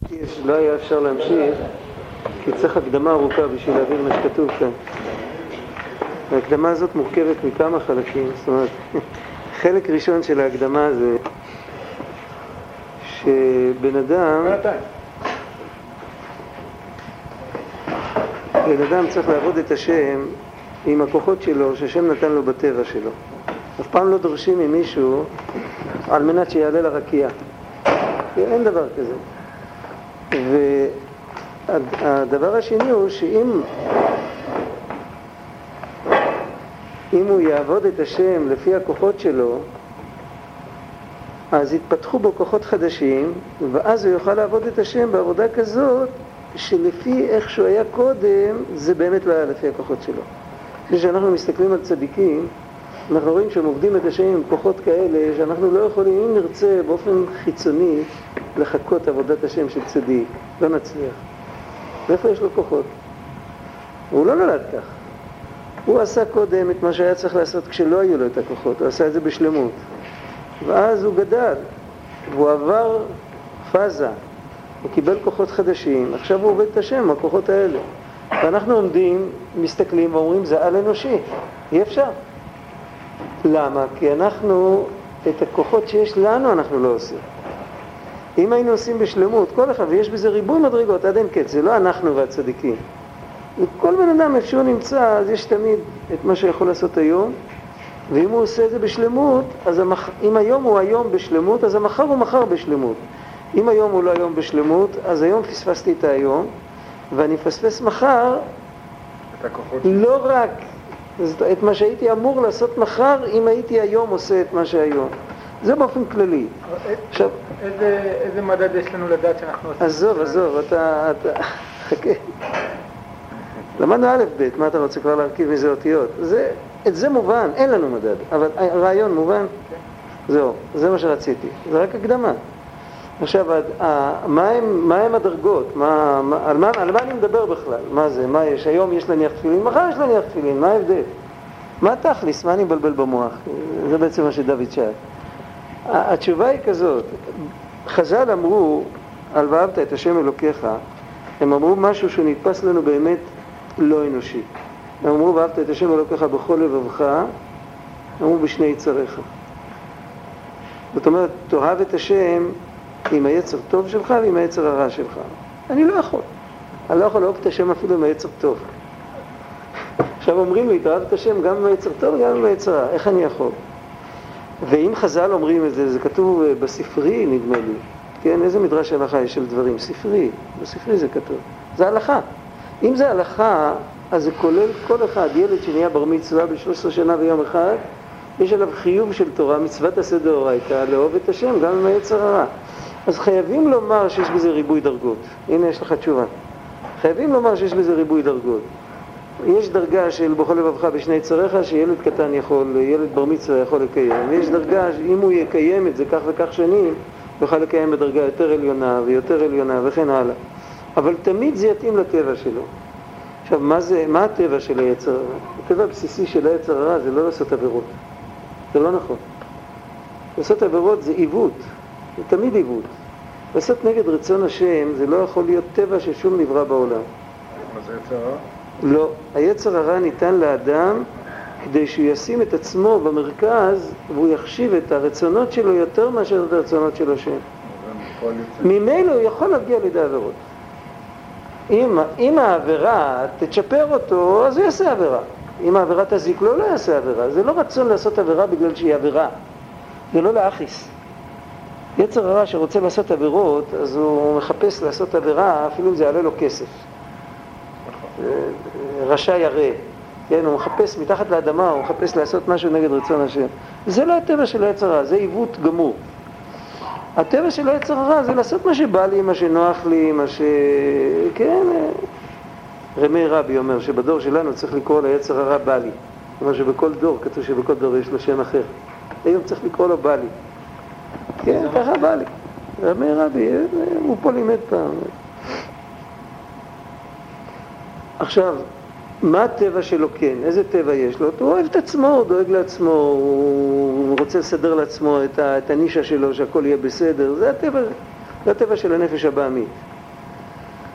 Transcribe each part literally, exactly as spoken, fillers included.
יש, לא היה אפשר להמשיך, כי צריך הקדמה ארוכה בשביל להבין מה שכתוב כאן. ההקדמה הזאת מורכבת מכמה חלקים, זאת אומרת, חלק ראשון של ההקדמה זה שבן אדם, בן אדם צריך לעבוד את השם עם הכוחות שלו, שהשם נתן לו בטבע שלו. אף פעם לא דורשים ממישהו על מנת שיעלה לרקיע. אין דבר כזה. והדבר השני הוא שאם אם הוא יעבוד את השם לפי הכוחות שלו, אז יתפתחו בו כוחות חדשים, ואז הוא יוכל לעבוד את השם בעבודה כזאת שלפי איך שהוא היה קודם, זה באמת לא היה לפי הכוחות שלו. כשאנחנו מסתכלים על צדיקים, אנחנו רואים שהם עובדים את השם עם כוחות כאלה שאנחנו לא יכולים, אם נרצה באופן חיצוני לחכות עבודת השם של צדיק, לא נצליח. ואיפה יש לו כוחות? הוא לא נולד כך. הוא עשה קודם את מה שהיה צריך לעשות כשלא היו לו את הכוחות, הוא עשה את זה בשלמות. ואז הוא גדל, והוא עבר פאזה, הוא קיבל כוחות חדשים, עכשיו הוא עובד את השם, הכוחות האלה. ואנחנו עומדים, מסתכלים ואומרים, זה על אנושי, אי אפשר. למה? כי אנחנו, את הכוחות שיש לנו אנחנו לא עושים. אם היינו עושים בשלמות, כל אחד, ויש בזה ריבוי מדרגות, עד אין קץ, זה לא אנחנו והצדיקים. כל בן אדם איפה שהוא נמצא, אז יש תמיד את מה שיכול לעשות היום, ואם הוא עושה את זה בשלמות, אז המח... אם היום הוא היום בשלמות, אז המחר הוא מחר בשלמות. אם היום הוא לא היום בשלמות, אז היום פספסתי את היום, ואני פספס מחר, לא רק את מה שהייתי אמור לעשות מחר, אם הייתי היום עושה את מה שהיום. זה באופן כללי. עכשיו, איזה, איזה מדד יש לנו לדעת שאנחנו עושים? עזוב, עזוב, אתה, אתה, חכה. למדנו א' ב', מה אתה רוצה כבר להרכיב מזה אותיות? זה, את זה מובן, אין לנו מדד, אבל הרעיון מובן. זהו, זה מה שרציתי, זה רק הקדמה. עכשיו, מה הם, מה הם הדרגות? מה, מה, על, מה, על מה אני מדבר בכלל? מה זה? מה יש? היום יש להניח תפילין, מחר יש להניח תפילין, מה ההבדל? מה תכליס? מה אני מבלבל במוח? זה בעצם מה שדוד שאל. התשובה היא כזאת, חז"ל אמרו, על ואהבת את השם אלוקיך, הם אמרו משהו שהוא נתפס לנו באמת לא אנושי. הם אמרו, ואהבת את השם אלוקיך בכל לבבך, אמרו בשני יצריך. זאת אומרת, תאהב את השם עם היצר טוב שלך ועם היצר הרע שלך. אני לא יכול. אני לא יכול לאהוב את השם אפילו עם היצר טוב. עכשיו אומרים לי, תאהב את השם גם עם היצר טוב וגם עם היצר רע. איך אני יכול? ואם חז"ל אומרים את זה, זה כתוב בספרי, נדמה לי. כן, איזה מדרש הלכה יש של דברים? ספרי. בספרי זה כתוב. זה הלכה. אם זה הלכה, אז זה כולל כל אחד. ילד שנהיה בר מצווה ב-שלוש עשרה שנה ויום אחד, יש עליו חיוב של תורה, מצוות עשה דאורייתא, לאהוב את השם גם עם היצר הרע. אז חייבים לומר שיש בזה ריבוי דרגות. הנה יש לך תשובה. חייבים לומר שיש בזה ריבוי דרגות. יש דרגה של בכל לבבך בשני יצריך, שילד קטן יכול, ילד בר מצווה יכול לקיים. ויש דרגה שאם הוא יקיים את זה כך וכך שנים, יוכל לקיים בדרגה יותר עליונה ויותר עליונה וכן הלאה. אבל תמיד זה יתאים לטבע שלו. עכשיו, מה זה, מה הטבע של היצר הרע? הטבע הבסיסי של היצר הרע זה לא לעשות עבירות. זה לא נכון. לעשות עבירות זה עיוות. זה תמיד עיוות. לעשות נגד רצון השם זה לא יכול להיות טבע של שום נברא בעולם. מה זה יצר הרע? לא. היצר הרע ניתן לאדם כדי שהוא ישים את עצמו במרכז והוא יחשיב את הרצונות שלו יותר מאשר את הרצונות של השם. ממילא הוא יכול להגיע לידי עבירות. אם, אם העבירה תצ'פר אותו, אז הוא יעשה עבירה. אם העבירה תזיק לו, לא יעשה עבירה. זה לא רצון לעשות עבירה בגלל שהיא עבירה. זה לא להכיס. יצר הרע שרוצה לעשות עבירות, אז הוא מחפש לעשות עבירה, אפילו אם זה יעלה לו כסף. רשע ירא. כן, הוא מחפש מתחת לאדמה, הוא מחפש לעשות משהו נגד רצון השם. זה לא הטבע של היצר הרע, זה עיוות גמור. הטבע של היצר הרע זה לעשות מה שבא לי, מה שנוח לי, מה ש... כן, רמי רבי אומר שבדור שלנו צריך לקרוא ליצר הרע בא לי. אומר שבכל דור, כתוב שבכל דור יש לו שם אחר. היום צריך לקרוא לו בא לי. כן, ככה בא לי. רמי רבי, הוא פה לימד פעם. עכשיו, מה הטבע שלו כן? איזה טבע יש לו? הוא אוהב את עצמו, הוא דואג לעצמו, הוא רוצה לסדר לעצמו את, ה, את הנישה שלו, שהכל יהיה בסדר. זה הטבע, זה הטבע של הנפש הבאמית.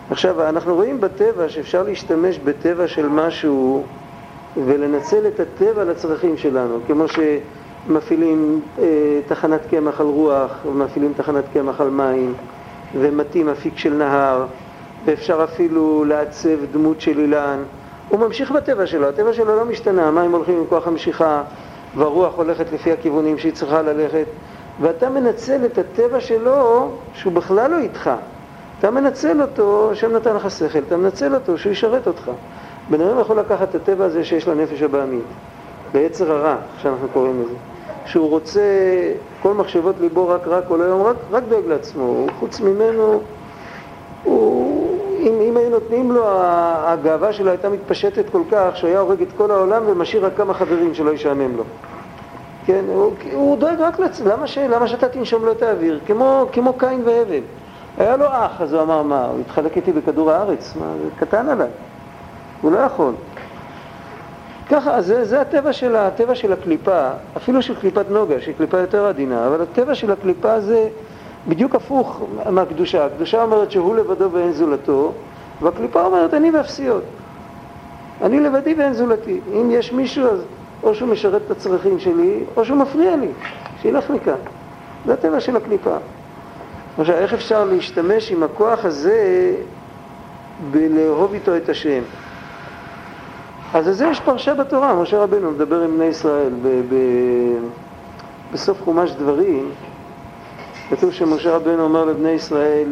עכשיו, אנחנו רואים בטבע שאפשר להשתמש בטבע של משהו ולנצל את הטבע לצרכים שלנו, כמו שמפעילים אה, תחנת קמח על רוח, ומפעילים תחנת קמח על מים, ומתאים אפיק של נהר, ואפשר אפילו לעצב דמות של אילן. הוא ממשיך בטבע שלו, הטבע שלו לא משתנה, המים הולכים עם כוח המשיכה, והרוח הולכת לפי הכיוונים שהיא צריכה ללכת, ואתה מנצל את הטבע שלו שהוא בכלל לא איתך. אתה מנצל אותו, שם נתן לך שכל, אתה מנצל אותו שהוא ישרת אותך. בן אדם יכול לקחת את הטבע הזה שיש לנפש הבאמית, ביצר הרע, שאנחנו קוראים לזה, שהוא רוצה, כל מחשבות ליבו רק רע כל היום, רק, רק דואג לעצמו, חוץ ממנו, הוא, אם, אם היו נותנים לו, הגאווה שלו הייתה מתפשטת כל כך, שהוא היה הורג את כל העולם ומשאיר רק כמה חברים שלא ישעמם לו. כן, הוא, הוא דואג רק לעצמו, למה, ש, למה שאתה תנשום לו את האוויר? כמו, כמו קין והבל. היה לו אח, אז הוא אמר, מה, הוא התחלק איתי בכדור הארץ, מה, זה קטן עליי. הוא לא יכול. ככה, זה, זה הטבע של, הטבע של הקליפה, אפילו של קליפת נוגה, שהיא קליפה יותר עדינה, אבל הטבע של הקליפה זה בדיוק הפוך מהקדושה. הקדושה אומרת שהוא לבדו ואין זולתו, והקליפה אומרת אני ואפסיות. אני לבדי ואין זולתי. אם יש מישהו, אז או שהוא משרת את הצרכים שלי, או שהוא מפריע לי, שילך מכאן. זה הטבע של הקליפה. עכשיו, איך אפשר להשתמש עם הכוח הזה בלאהוב איתו את השם? אז לזה יש פרשה בתורה, משה רבנו מדבר עם בני ישראל ב- ב- בסוף חומש דברים, כתוב שמשה רבנו אומר לבני ישראל,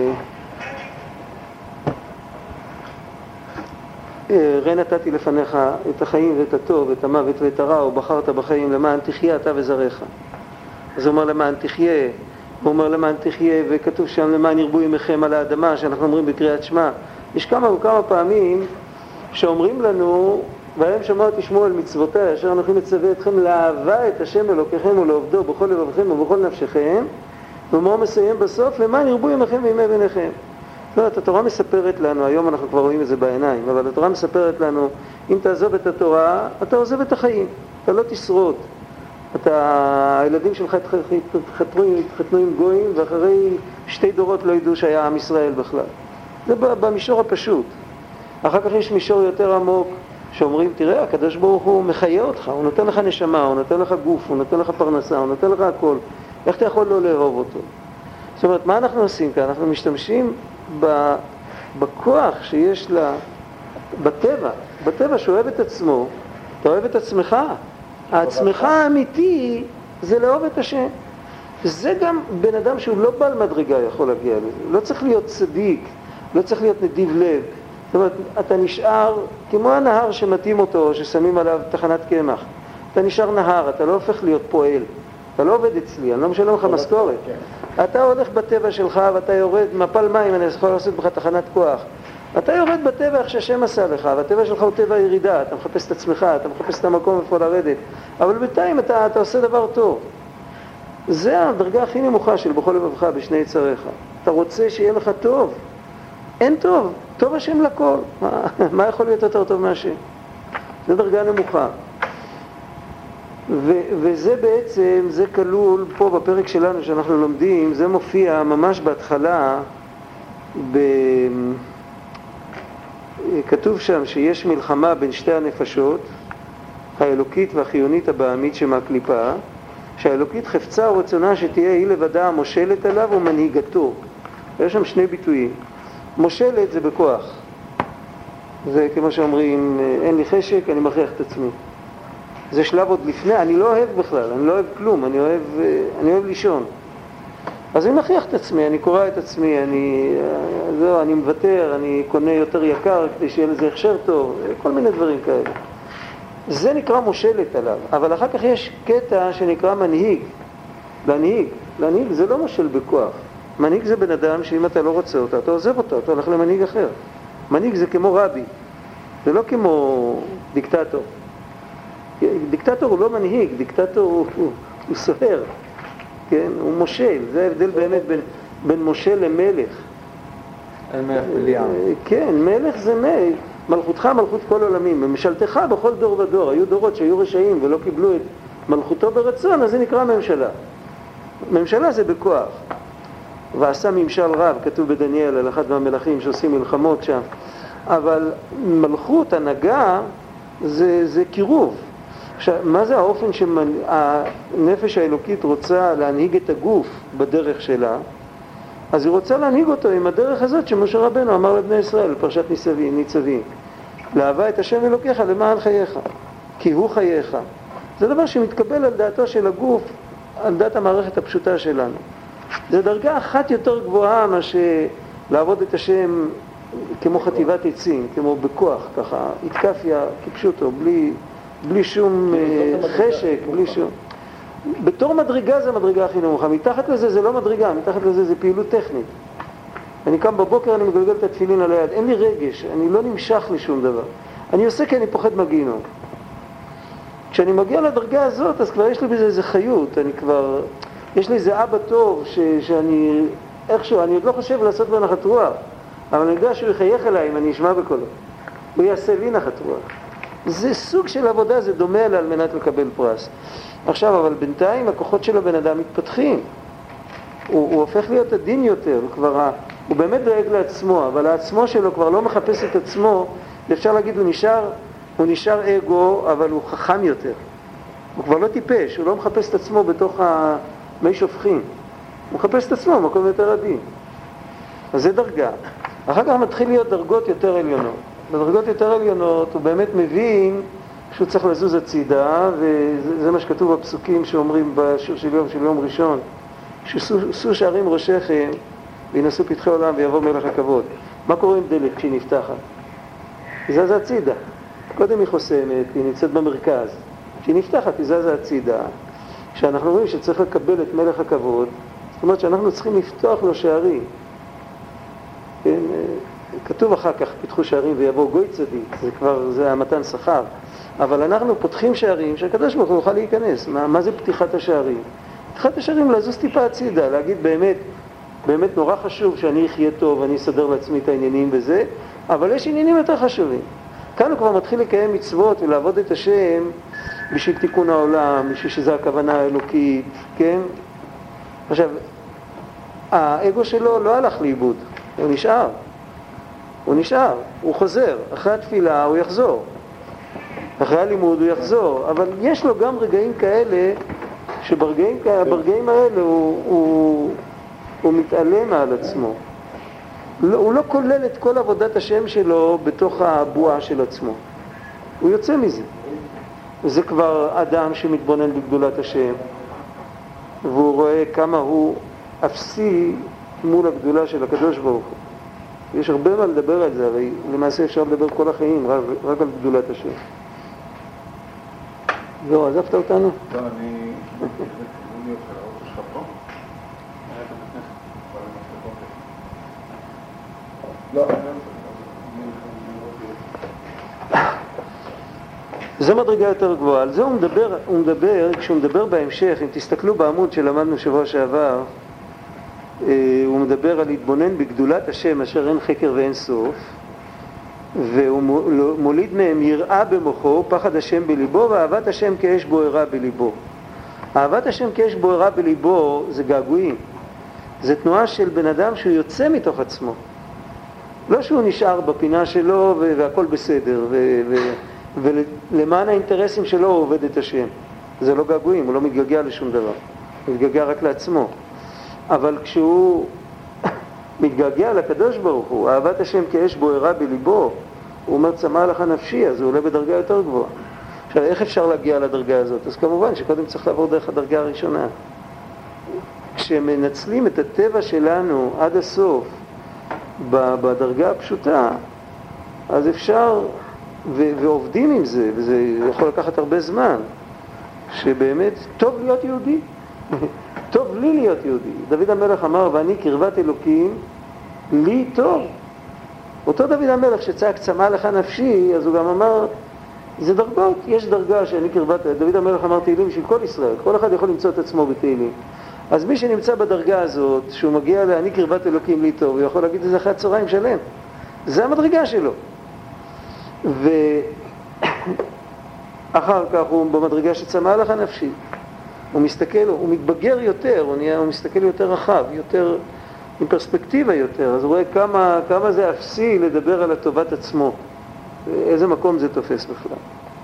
ראה נתתי לפניך את החיים ואת הטוב ואת המוות ואת הרע, ובחרת בחיים למען תחיה אתה וזרעך. אז הוא אומר למען תחיה, הוא אומר למען תחיה, וכתוב שם למען ירבו ימיכם על האדמה, שאנחנו אומרים בקריאת שמע. יש כמה וכמה פעמים שאומרים לנו, והיום שמעו תשמעו על מצוותיי, אשר אנוכי מצווה אתכם לאהבה את השם אלוקיכם ולעובדו בכל לבבכם ובכל נפשכם, ומה הוא מסיים בסוף? למען ירבו ימיכם וימי בניכם. זאת אומרת, התורה מספרת לנו, היום אנחנו כבר רואים את זה בעיניים, אבל התורה מספרת לנו, אם תעזוב את התורה, אתה עוזב את החיים, אתה לא תשרוד. אתה, הילדים שלך התחתנו עם גויים, ואחרי שתי דורות לא ידעו שהיה עם ישראל בכלל. זה במישור הפשוט. אחר כך יש מישור יותר עמוק, שאומרים, תראה, הקדוש ברוך הוא מחיה אותך, הוא נותן לך נשמה, הוא נותן לך גוף, הוא נותן לך פרנסה, הוא נותן לך הכל. איך אתה יכול לא לאהוב אותו? זאת אומרת, מה אנחנו עושים כאן? אנחנו משתמשים בכוח שיש לה, בטבע, בטבע שאוהב את עצמו, אתה אוהב את עצמך. העצמך האמיתי זה לאהוב את השם. זה גם בן אדם שהוא לא בעל מדרגה יכול להגיע לזה. לא צריך להיות צדיק, לא צריך להיות נדיב לב. זאת אומרת, אתה נשאר כמו הנהר שמתאים אותו, ששמים עליו תחנת קמח. אתה נשאר נהר, אתה לא הופך להיות פועל. אתה לא עובד אצלי, אני לא משלם לך משכורת. אתה הולך בטבע שלך ואתה יורד, מפל מים, אני יכול לעשות בך תחנת כוח. אתה יורד בטבע איך שהשם עשה לך, והטבע שלך הוא טבע ירידה, אתה מחפש את עצמך, אתה מחפש את המקום איפה לרדת. אבל בינתיים אתה, אתה עושה דבר טוב. זה הדרגה הכי נמוכה של בכל לבבך בשני יצריך. אתה רוצה שיהיה לך טוב. אין טוב, טוב השם לכל. מה, מה יכול להיות יותר טוב מהשם? זה דרגה נמוכה. ו- וזה בעצם, זה כלול פה בפרק שלנו שאנחנו לומדים, זה מופיע ממש בהתחלה, ב... כתוב שם שיש מלחמה בין שתי הנפשות, האלוקית והחיונית הבאמית שמהקליפה, שהאלוקית חפצה ורצונה שתהיה היא לבדה המושלת עליו ומנהיגתו. יש שם שני ביטויים. מושלת זה בכוח. זה כמו שאומרים, אין לי חשק, אני מכריח את עצמי. זה שלב עוד לפני, אני לא אוהב בכלל, אני לא אוהב כלום, אני אוהב, אני אוהב לישון. אז אני מכריח את עצמי, אני קורא את עצמי, אני, זהו, אני מוותר, אני קונה יותר יקר כדי שיהיה לזה הכשר טוב, כל מיני דברים כאלה. זה נקרא מושלת עליו, אבל אחר כך יש קטע שנקרא מנהיג. להנהיג, להנהיג זה לא מושל בכוח. מנהיג זה בן אדם שאם אתה לא רוצה אותה, אתה עוזב אותו, אתה הולך למנהיג אחר. מנהיג זה כמו רבי, זה לא כמו דיקטטור. דיקטטור הוא לא מנהיג, דיקטטור הוא, הוא, הוא סוהר, כן? הוא מושל, זה ההבדל באמת בין, בין מושל למלך. מלך בליעם. כן, מלך זה מלך, מלכותך מלכות כל עולמים, ממשלתך בכל דור ודור, היו דורות שהיו רשעים ולא קיבלו את מלכותו ברצון, אז זה נקרא ממשלה. ממשלה זה בכוח. ועשה ממשל רב, כתוב בדניאל על אחד מהמלכים שעושים מלחמות שם. אבל מלכות, הנהגה, זה, זה קירוב. עכשיו, מה זה האופן שהנפש האלוקית רוצה להנהיג את הגוף בדרך שלה? אז היא רוצה להנהיג אותו עם הדרך הזאת שמשה רבנו אמר לבני ישראל, פרשת ניצבים, ניצבים. לאהבה את השם אלוקיך למען חייך, כי הוא חייך. זה דבר שמתקבל על דעתו של הגוף, על דעת המערכת הפשוטה שלנו. זה דרגה אחת יותר גבוהה מה שלעבוד את השם כמו חטיבת עצים, כמו בכוח, ככה, התקפיה כפשוטו, בלי, בלי שום חשק, בלי שום... בתור מדרגה זה המדרגה הכי נמוכה, מתחת לזה זה לא מדרגה, מתחת לזה זה פעילות טכנית. אני קם בבוקר, אני מגלגל את התפילין על היד, אין לי רגש, אני לא נמשך לשום דבר. אני עושה כי אני פוחד מגיהנום. כשאני מגיע לדרגה הזאת, אז כבר יש לי בזה איזה חיות, אני כבר... יש לי איזה אבא טוב ש, שאני... איכשהו, אני עוד לא חושב לעשות בו נחת רוח, אבל אני יודע שהוא יחייך אליי אם אני אשמע בקולו. הוא יעשה לי נחת רוח. זה סוג של עבודה, זה דומה לה על מנת לקבל פרס. עכשיו, אבל בינתיים הכוחות של הבן אדם מתפתחים. הוא, הוא הופך להיות עדין יותר, הוא כבר... הוא באמת דואג לעצמו, אבל העצמו שלו כבר לא מחפש את עצמו, אפשר להגיד, הוא נשאר, הוא נשאר אגו, אבל הוא חכם יותר. הוא כבר לא טיפש, הוא לא מחפש את עצמו בתוך מי שופכים. הוא מחפש את עצמו במקום יותר עדין. אז זה דרגה. אחר כך מתחיל להיות דרגות יותר עליונות. בדרגות יותר עליונות הוא באמת מבין שהוא צריך לזוז הצידה, וזה מה שכתוב בפסוקים שאומרים בשיר של יום, של יום ראשון, ששו שערים ראשיכם, וינשאו פתחי עולם ויבוא מלך הכבוד. מה קורה עם דלת כשהיא נפתחת? היא זזה הצידה. קודם היא חוסמת, היא נמצאת במרכז. כשהיא נפתחת היא זזה הצידה. כשאנחנו רואים שצריך לקבל את מלך הכבוד, זאת אומרת שאנחנו צריכים לפתוח לו שערים. כן, כתוב אחר כך, פתחו שערים ויבוא גוי צדיק, זה כבר, זה המתן שכר. אבל אנחנו פותחים שערים שהקדוש ברוך הוא יוכל להיכנס. מה, מה זה פתיחת השערים? פתיחת השערים לזוז טיפה הצידה, להגיד באמת, באמת נורא חשוב שאני אחיה טוב, אני אסדר לעצמי את העניינים וזה, אבל יש עניינים יותר חשובים. כאן הוא כבר מתחיל לקיים מצוות ולעבוד את השם בשביל תיקון העולם, בשביל שזה הכוונה האלוקית, כן? עכשיו, האגו שלו לא הלך לאיבוד, הוא נשאר. הוא נשאר, הוא חוזר. אחרי התפילה הוא יחזור. אחרי הלימוד הוא יחזור. אבל יש לו גם רגעים כאלה, שברגעים ברגעים האלה הוא, הוא, הוא מתעלם על עצמו. לא, הוא לא כולל את כל עבודת השם שלו בתוך הבועה של עצמו. הוא יוצא מזה. זה כבר אדם שמתבונן בגדולת השם, והוא רואה כמה הוא אפסי מול הגדולה של הקדוש ברוך הוא. יש הרבה מה לדבר על זה, הרי למעשה אפשר לדבר כל החיים רק, רק על גדולת השם. זהו, עזבת אותנו? לא, אני... זה מדרגה יותר גבוהה. על זה הוא מדבר, הוא מדבר, כשהוא מדבר בהמשך, אם תסתכלו בעמוד שלמדנו שבוע שעבר, הוא מדבר על להתבונן בגדולת השם אשר אין חקר ואין סוף, והוא מוליד מהם יראה במוחו, פחד השם בליבו, ואהבת השם כאש בוערה בליבו. אהבת השם כאש בוערה בליבו זה געגועים. זה תנועה של בן אדם שהוא יוצא מתוך עצמו. לא שהוא נשאר בפינה שלו והכל בסדר, ו- ו- ולמען האינטרסים שלו הוא עובד את השם. זה לא געגועים, הוא לא מתגעגע לשום דבר. הוא מתגעגע רק לעצמו. אבל כשהוא מתגעגע לקדוש ברוך הוא, אהבת השם כאש בוערה בליבו, הוא אומר צמא לך נפשי, אז הוא עולה בדרגה יותר גבוהה. עכשיו, איך אפשר להגיע לדרגה הזאת? אז כמובן שקודם צריך לעבור דרך הדרגה הראשונה. כשמנצלים את הטבע שלנו עד הסוף, בדרגה הפשוטה, אז אפשר, ו- ועובדים עם זה, וזה יכול לקחת הרבה זמן, שבאמת טוב להיות יהודי. טוב לי להיות יהודי. דוד המלך אמר, ואני קרבת אלוקים, לי טוב. אותו דוד המלך שצעק צמא לך נפשי, אז הוא גם אמר, זה דרגות, יש דרגה שאני קרבת, דוד המלך אמר תהילים של כל ישראל, כל אחד יכול למצוא את עצמו בתהילים. אז מי שנמצא בדרגה הזאת, שהוא מגיע לה, אני קרבת אלוקים לי טוב, הוא יכול להגיד את זה אחרי הצהריים שלם. זה המדרגה שלו. ואחר כך הוא במדרגה שצמא לך נפשי. הוא מסתכל, הוא מתבגר יותר, הוא, נהיה, הוא מסתכל יותר רחב, יותר, עם פרספקטיבה יותר, אז הוא רואה כמה, כמה זה אפסי לדבר על הטובת עצמו, איזה מקום זה תופס בכלל.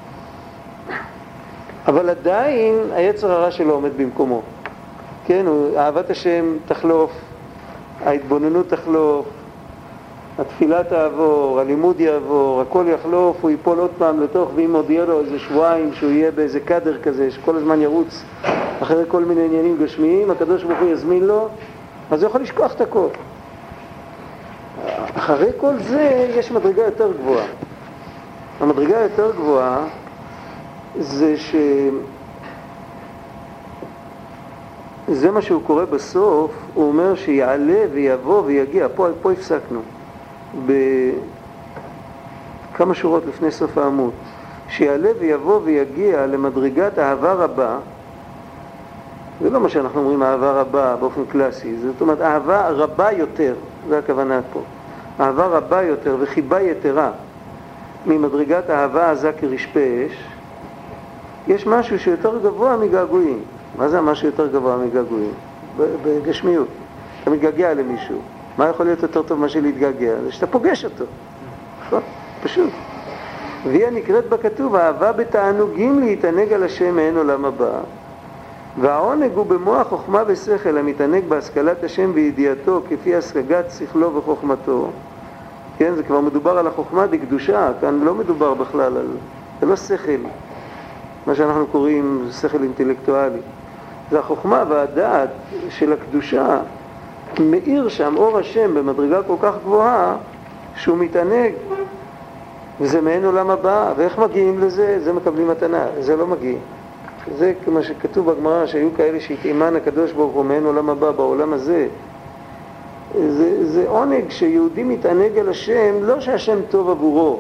אבל עדיין היצר הרע שלו עומד במקומו. כן, אהבת השם תחלוף, ההתבוננות תחלוף, התפילה תעבור, הלימוד יעבור, הכל יחלוף, הוא ייפול עוד פעם לתוך, ואם עוד יהיה לו איזה שבועיים שהוא יהיה באיזה קדר כזה, שכל הזמן ירוץ אחרי כל מיני עניינים גשמיים, הקדוש ברוך הוא יזמין לו, אז הוא יכול לשכוח את הכל. אחרי כל זה יש מדרגה יותר גבוהה. המדרגה יותר גבוהה זה ש... זה מה שהוא קורא בסוף, הוא אומר שיעלה ויבוא ויגיע, פה, פה הפסקנו, בכמה שורות לפני סוף העמוד, שיעלה ויבוא ויגיע למדרגת אהבה רבה, זה לא מה שאנחנו אומרים אהבה רבה באופן קלאסי, זאת אומרת אהבה רבה יותר, זה הכוונה פה, אהבה רבה יותר וחיבה יתרה ממדרגת אהבה עזה כרשפה אש, יש משהו שיותר גבוה מגעגועים. מה זה המשהו יותר גבוה מגעגועים? בגשמיות. אתה מתגעגע למישהו. מה יכול להיות יותר טוב מה שלהתגעגע? זה שאתה פוגש אותו. נכון? פשוט. והיא נקראת בכתוב, אהבה בתענוגים להתענג על השם מעין עולם הבא. והעונג הוא במוח חוכמה ושכל המתענג בהשכלת השם וידיעתו כפי השגת שכלו וחוכמתו. כן, זה כבר מדובר על החוכמה בקדושה, כאן לא מדובר בכלל על... זה לא שכל. מה שאנחנו קוראים שכל אינטלקטואלי. זה החוכמה והדעת של הקדושה מאיר שם אור השם במדרגה כל כך גבוהה שהוא מתענג, וזה מעין עולם הבא. ואיך מגיעים לזה? זה מקבלים מתנה, זה לא מגיעים. זה כמו שכתוב בגמרא, שהיו כאלה שהתאימן הקדוש ברוך הוא מעין עולם הבא בעולם הזה. זה, זה עונג שיהודי מתענג על השם, לא שהשם טוב עבורו.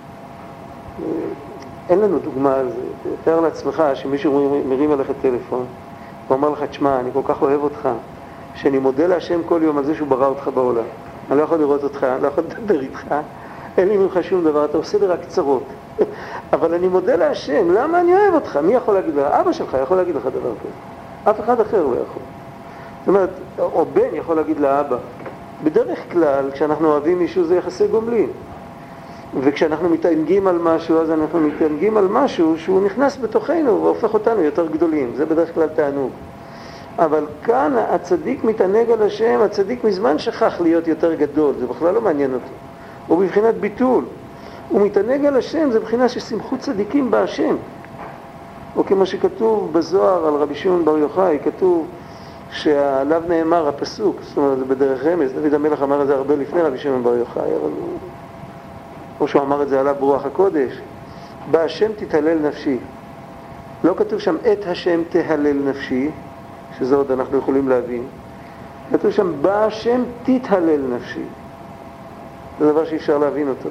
אין לנו דוגמה על זה. תאר לעצמך שמישהו מרים עליך טלפון ואומר לך, תשמע, אני כל כך אוהב אותך, שאני מודה להשם כל יום על זה שהוא ברא אותך בעולם. אני לא יכול לראות אותך, אני לא יכול לדבר איתך, אין לי ממך שום דבר, אתה עושה לי רק צרות. אבל אני מודה להשם, למה אני אוהב אותך? מי יכול להגיד לך? אבא שלך יכול להגיד לך דבר כזה. אף אחד אחר לא יכול. זאת אומרת, או בן יכול להגיד לאבא. בדרך כלל, כשאנחנו אוהבים מישהו זה יחסי גומלין. וכשאנחנו מתענגים על משהו, אז אנחנו מתענגים על משהו שהוא נכנס בתוכנו והופך אותנו יותר גדולים. זה בדרך כלל תענוג. אבל כאן הצדיק מתענג על השם, הצדיק מזמן שכח להיות יותר גדול, זה בכלל לא מעניין אותו. הוא בבחינת ביטול. הוא מתענג על השם, זה בחינה ששמחו צדיקים בהשם. או כמו שכתוב בזוהר על רבי שמעון בר יוחאי, כתוב שעליו נאמר הפסוק, זאת אומרת זה בדרך רמז, דוד המלך אמר את זה הרבה לפני רבי שמעון בר יוחאי, אבל או שהוא אמר את זה עליו ברוח הקודש, בהשם תתהלל נפשי. לא כתוב שם את השם תהלל נפשי, שזה עוד אנחנו יכולים להבין. כתוב שם בהשם תתהלל נפשי. זה דבר שאפשר להבין אותו.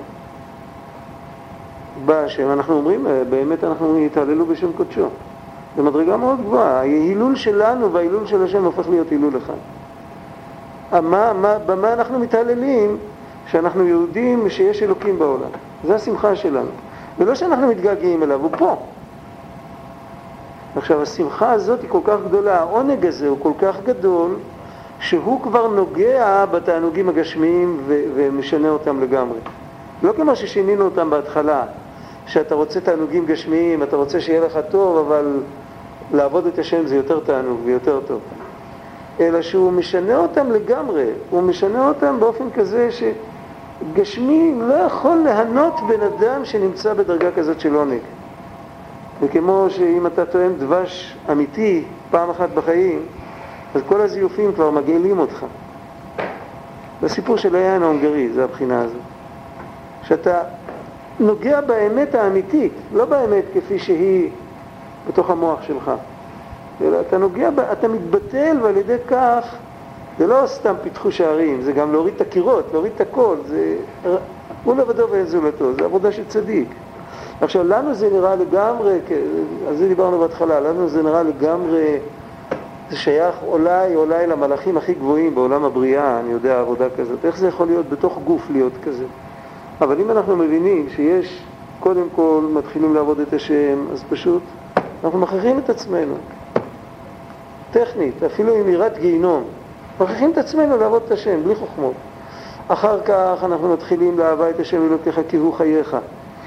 בהשם, אנחנו אומרים, באמת אנחנו נתהללו בשם קודשו. זו מדרגה מאוד גבוהה. ההילול שלנו וההילול של השם הופך להיות הילול אחד. מה, מה, במה אנחנו מתהללים? שאנחנו יהודים שיש אלוקים בעולם. זה השמחה שלנו. ולא שאנחנו מתגעגעים אליו, הוא פה. עכשיו, השמחה הזאת היא כל כך גדולה, העונג הזה הוא כל כך גדול, שהוא כבר נוגע בתענוגים הגשמיים ו- ומשנה אותם לגמרי. לא כמו ששינינו אותם בהתחלה, שאתה רוצה תענוגים גשמיים, אתה רוצה שיהיה לך טוב, אבל לעבוד את השם זה יותר תענוג ויותר טוב. אלא שהוא משנה אותם לגמרי, הוא משנה אותם באופן כזה שגשמי לא יכול להנות בן אדם שנמצא בדרגה כזאת של עונג. וכמו שאם אתה טועם דבש אמיתי פעם אחת בחיים, אז כל הזיופים כבר מגעילים אותך. זה הסיפור של היין ההונגרי, זה הבחינה הזו. שאתה נוגע באמת האמיתית, לא באמת כפי שהיא בתוך המוח שלך. אלא אתה נוגע, אתה מתבטל ועל ידי כך, זה לא סתם פיתחו שערים, זה גם להוריד את הקירות, להוריד את הכל, זה הוא לבדו ואין זולתו, זה עבודה של צדיק. עכשיו, לנו זה נראה לגמרי, על זה דיברנו בהתחלה, לנו זה נראה לגמרי, זה שייך אולי, אולי למלאכים הכי גבוהים בעולם הבריאה, אני יודע, עבודה כזאת. איך זה יכול להיות בתוך גוף להיות כזה? אבל אם אנחנו מבינים שיש, קודם כל, מתחילים לעבוד את השם, אז פשוט אנחנו מכריחים את עצמנו. טכנית, אפילו עם יראת גיהינום. מכריחים את עצמנו לעבוד את השם, בלי חוכמות. אחר כך אנחנו מתחילים לאהבה את השם אלוקיך כי הוא חייך.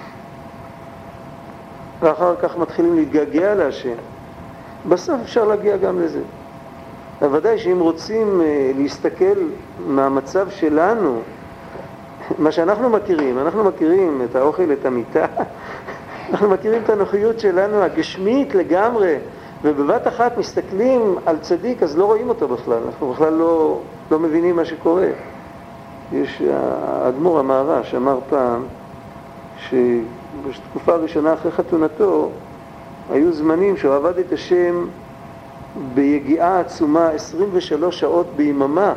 ואחר כך מתחילים להתגעגע להשם. בסוף אפשר להגיע גם לזה. ודאי שאם רוצים להסתכל מהמצב שלנו, מה שאנחנו מכירים, אנחנו מכירים את האוכל, את המיטה, אנחנו מכירים את הנוחיות שלנו הגשמית לגמרי, ובבת אחת מסתכלים על צדיק, אז לא רואים אותו בכלל, אנחנו בכלל לא, לא מבינים מה שקורה. יש האדמו"ר המהר"ש אמר פעם, שבתקופה הראשונה אחרי חתונתו, היו זמנים שהוא עבד את השם ביגיעה עצומה עשרים ושלוש שעות ביממה,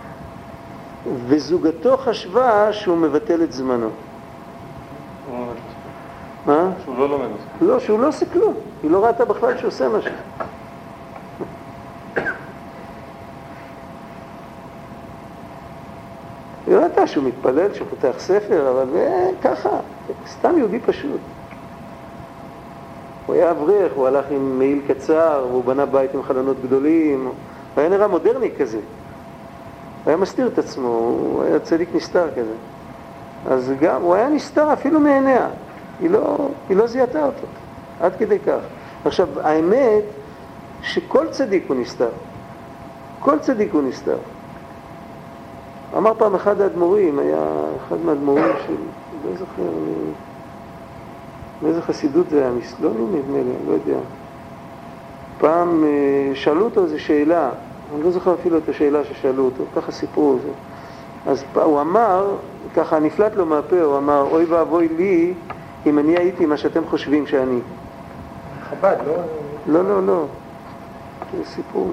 וזוגתו חשבה שהוא מבטל את זמנו. מה? שהוא לא לומד. לא, שהוא לא עושה כלום. היא לא ראתה בכלל שהוא עושה משהו. היא לא ראתה שהוא מתפלל, שהוא פותח ספר, אבל ככה, סתם יהודי פשוט. הוא היה אברך, הוא הלך עם מעיל קצר, והוא בנה בית עם חלונות גדולים, הוא היה נראה מודרני כזה. הוא היה מסתיר את עצמו, הוא היה צדיק נסתר כזה. אז גם, הוא היה נסתר אפילו מעיניה. היא לא, היא לא זיהתה אותו, עד כדי כך. עכשיו, האמת שכל צדיק הוא נסתר. כל צדיק הוא נסתר. אמר פעם אחד האדמו"רים, היה אחד מהאדמו"רים של, לא זוכר, מאיזה חסידות זה היה, מסלוני נדמה לי, לא יודע. פעם שאלו אותו איזו שאלה, אני לא זוכר אפילו את השאלה ששאלו אותו, ככה סיפרו זה. אז הוא אמר, ככה נפלט לו מהפה, הוא אמר, אוי ואבוי לי, אם אני הייתי מה שאתם חושבים שאני. חב"ד, לא? לא, לא, לא. זה סיפור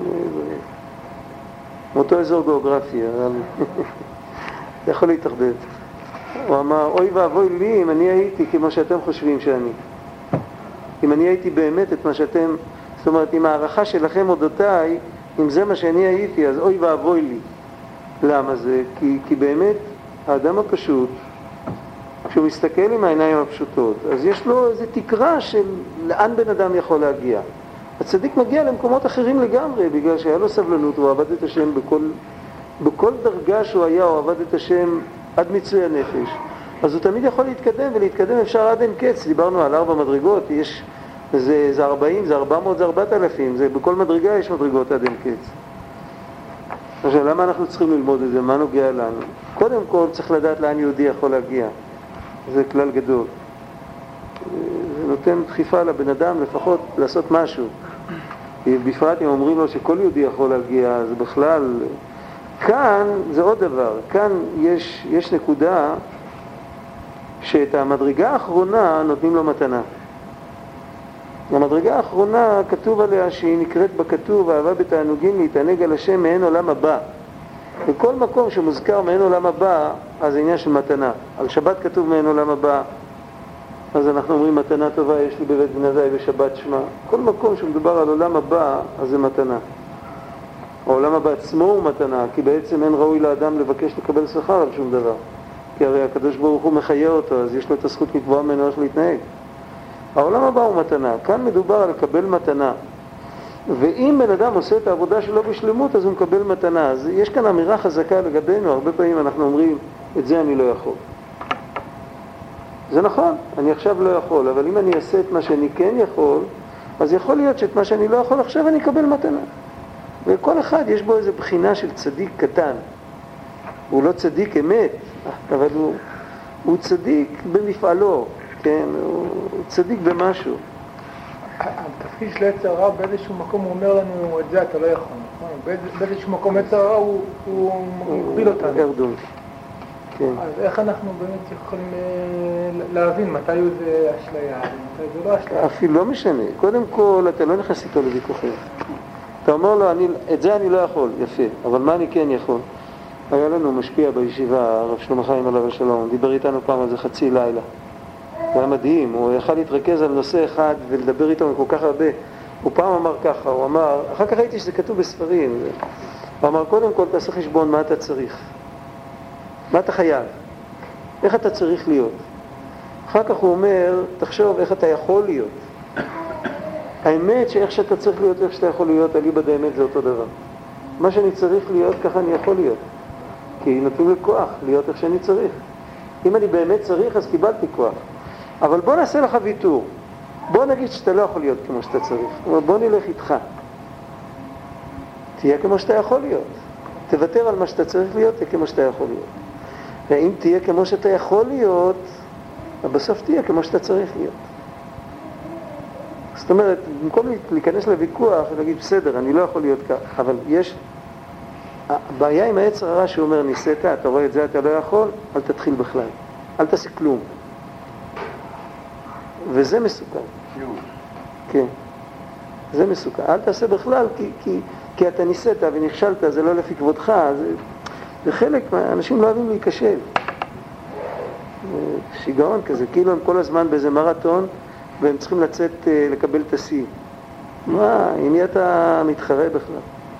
מאותו אזור גיאוגרפי, אבל זה יכול להתאחדד. הוא אמר, אוי ואבוי לי אם אני הייתי כמו שאתם חושבים שאני. אם אני הייתי באמת את מה שאתם, זאת אומרת, עם הערכה שלכם אודותיי, אם זה מה שאני הייתי, אז אוי ואבוי לי. למה זה? כי, כי באמת, האדם הפשוט, כשהוא מסתכל עם העיניים הפשוטות, אז יש לו איזו תקרה של לאן בן אדם יכול להגיע. הצדיק מגיע למקומות אחרים לגמרי, בגלל שהיה לו סבלנות, הוא עבד את השם בכל, בכל דרגה שהוא היה, הוא עבד את השם עד מיצוי הנפש. אז הוא תמיד יכול להתקדם, ולהתקדם אפשר עד אין קץ. דיברנו על ארבע מדרגות, יש, זה, זה ארבעים, זה ארבע מאות, זה ארבעת אלפים, זה, בכל מדרגה יש מדרגות עד אין קץ. עכשיו, למה אנחנו צריכים ללמוד את זה? מה נוגע לנו? קודם כל צריך לדעת לאן יהודי יכול להגיע. זה כלל גדול. זה נותן דחיפה לבן אדם לפחות לעשות משהו. בפרט אם אומרים לו שכל יהודי יכול להגיע, אז בכלל, כאן זה עוד דבר. כאן יש, יש נקודה שאת המדרגה האחרונה נותנים לו מתנה. המדרגה האחרונה כתוב עליה שהיא נקראת בכתוב, אהבה בתענוגים להתענג על השם מעין עולם הבא. בכל מקום שמוזכר מעין עולם הבא, אז זה עניין של מתנה. על שבת כתוב מעין עולם הבא, אז אנחנו אומרים מתנה טובה יש לי בבית בנזי בשבת שמה. כל מקום שמדובר על עולם הבא, אז זה מתנה. העולם הבא עצמו הוא מתנה, כי בעצם אין ראוי לאדם לבקש לקבל שכר על שום דבר. כי הרי הקדוש ברוך הוא מחיה אותו, אז יש לו את הזכות לקבוע ממנו איך להתנהג. העולם הבא הוא מתנה. כאן מדובר על לקבל מתנה. ואם בן אדם עושה את העבודה שלו בשלמות, אז הוא מקבל מתנה. אז יש כאן אמירה חזקה לגבינו, הרבה פעמים אנחנו אומרים, את זה אני לא יכול. זה נכון, אני עכשיו לא יכול, אבל אם אני אעשה את מה שאני כן יכול, אז יכול להיות שאת מה שאני לא יכול עכשיו אני אקבל מתנה. וכל אחד יש בו איזו בחינה של צדיק קטן. הוא לא צדיק אמת, אבל הוא, הוא צדיק במפעלו, כן? הוא צדיק במשהו. התפקיד של יצר הרע באיזשהו מקום הוא אומר לנו, את זה אתה לא יכול, נכון? באיזשהו מקום יצר הרע הוא, הוא מגביל אותנו. ארדון. כן. אז איך אנחנו באמת יכולים להבין מתי זה אשליה, מתי זה לא אשליה? אפילו לא משנה. קודם כל, אתה לא נכנס איתו לוויכוחים. אתה אומר לו, אני, את זה אני לא יכול, יפה, אבל מה אני כן יכול? היה לנו משפיע בישיבה, הרב שלמה חיים עליו השלום, דיבר איתנו פעם על זה חצי לילה. זה היה מדהים, הוא יכל להתרכז על נושא אחד ולדבר איתו כל כך הרבה. הוא פעם אמר ככה, הוא אמר, אחר כך ראיתי שזה כתוב בספרים, הוא אמר, קודם כל תעשה חשבון מה אתה צריך. מה אתה חייב? איך אתה צריך להיות? אחר כך הוא אומר, תחשוב איך אתה יכול להיות. האמת שאיך שאתה צריך להיות, איך שאתה יכול להיות, אליבא דאמת זה אותו דבר. מה שאני צריך להיות, ככה אני יכול להיות. כי נותנים לי כוח להיות איך שאני צריך. אם אני באמת צריך, אז קיבלתי כוח. אבל בוא נעשה לך ויתור. בוא נגיד שאתה לא יכול להיות כמו שאתה צריך. בוא נלך איתך. תהיה כמו שאתה יכול להיות. תוותר על מה שאתה צריך להיות, תהיה כמו שאתה יכול להיות. ואם תהיה כמו שאתה יכול להיות, בסוף תהיה כמו שאתה צריך להיות. זאת אומרת, במקום להיכנס לוויכוח ולהגיד, בסדר, אני לא יכול להיות כך, אבל יש... הבעיה עם היצר הרע שאומר, ניסית, אתה רואה את זה, אתה לא יכול, אל תתחיל בכלל. אל תעשה כלום. וזה מסוכן. כן. זה מסוכן. אל תעשה בכלל, כי, כי, כי אתה ניסית ונכשלת, זה לא לפי כבודך. זה, זה חלק, אנשים לא אוהבים להיכשל. שיגעון כזה, כאילו הם כל הזמן באיזה מרתון, והם צריכים לצאת, לקבל את השיא. מה, עם מי אתה מתחרה בכלל?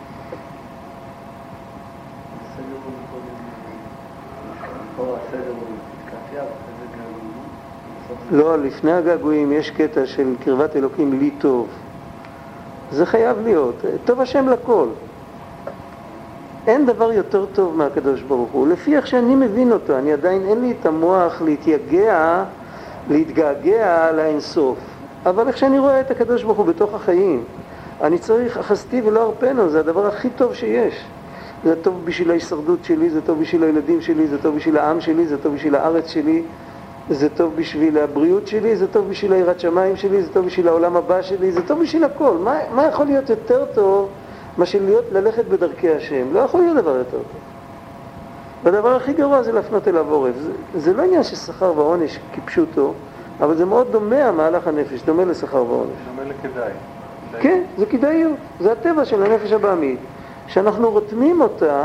לא, לפני הגעגועים יש קטע של קרבת אלוקים לי טוב. זה חייב להיות. טוב השם לכל. אין דבר יותר טוב מהקדוש ברוך הוא. לפי איך שאני מבין אותו, אני עדיין אין לי את המוח להתייגע, להתגעגע לאינסוף. אבל איך שאני רואה את הקדוש ברוך הוא בתוך החיים, אני צריך אחזתי ולא ארפנו, זה הדבר הכי טוב שיש. זה טוב בשביל ההישרדות שלי, זה טוב בשביל הילדים שלי, זה טוב בשביל העם שלי, זה טוב בשביל הארץ שלי, זה טוב בשביל הבריאות שלי, זה טוב בשביל היראת שמיים שלי, זה טוב בשביל העולם הבא שלי, זה טוב בשביל הכל. מה, מה יכול להיות יותר טוב מאשר להיות ללכת בדרכי השם? לא יכול להיות דבר יותר טוב. והדבר הכי גרוע זה להפנות אליו עורף. זה, זה לא עניין ששכר ועונש כפשוטו, אבל זה מאוד דומה המהלך הנפש, דומה לשכר ועונש. דומה לכדאי. כן, זה כדאיות. זה הטבע של הנפש הבאמית, שאנחנו רותמים אותה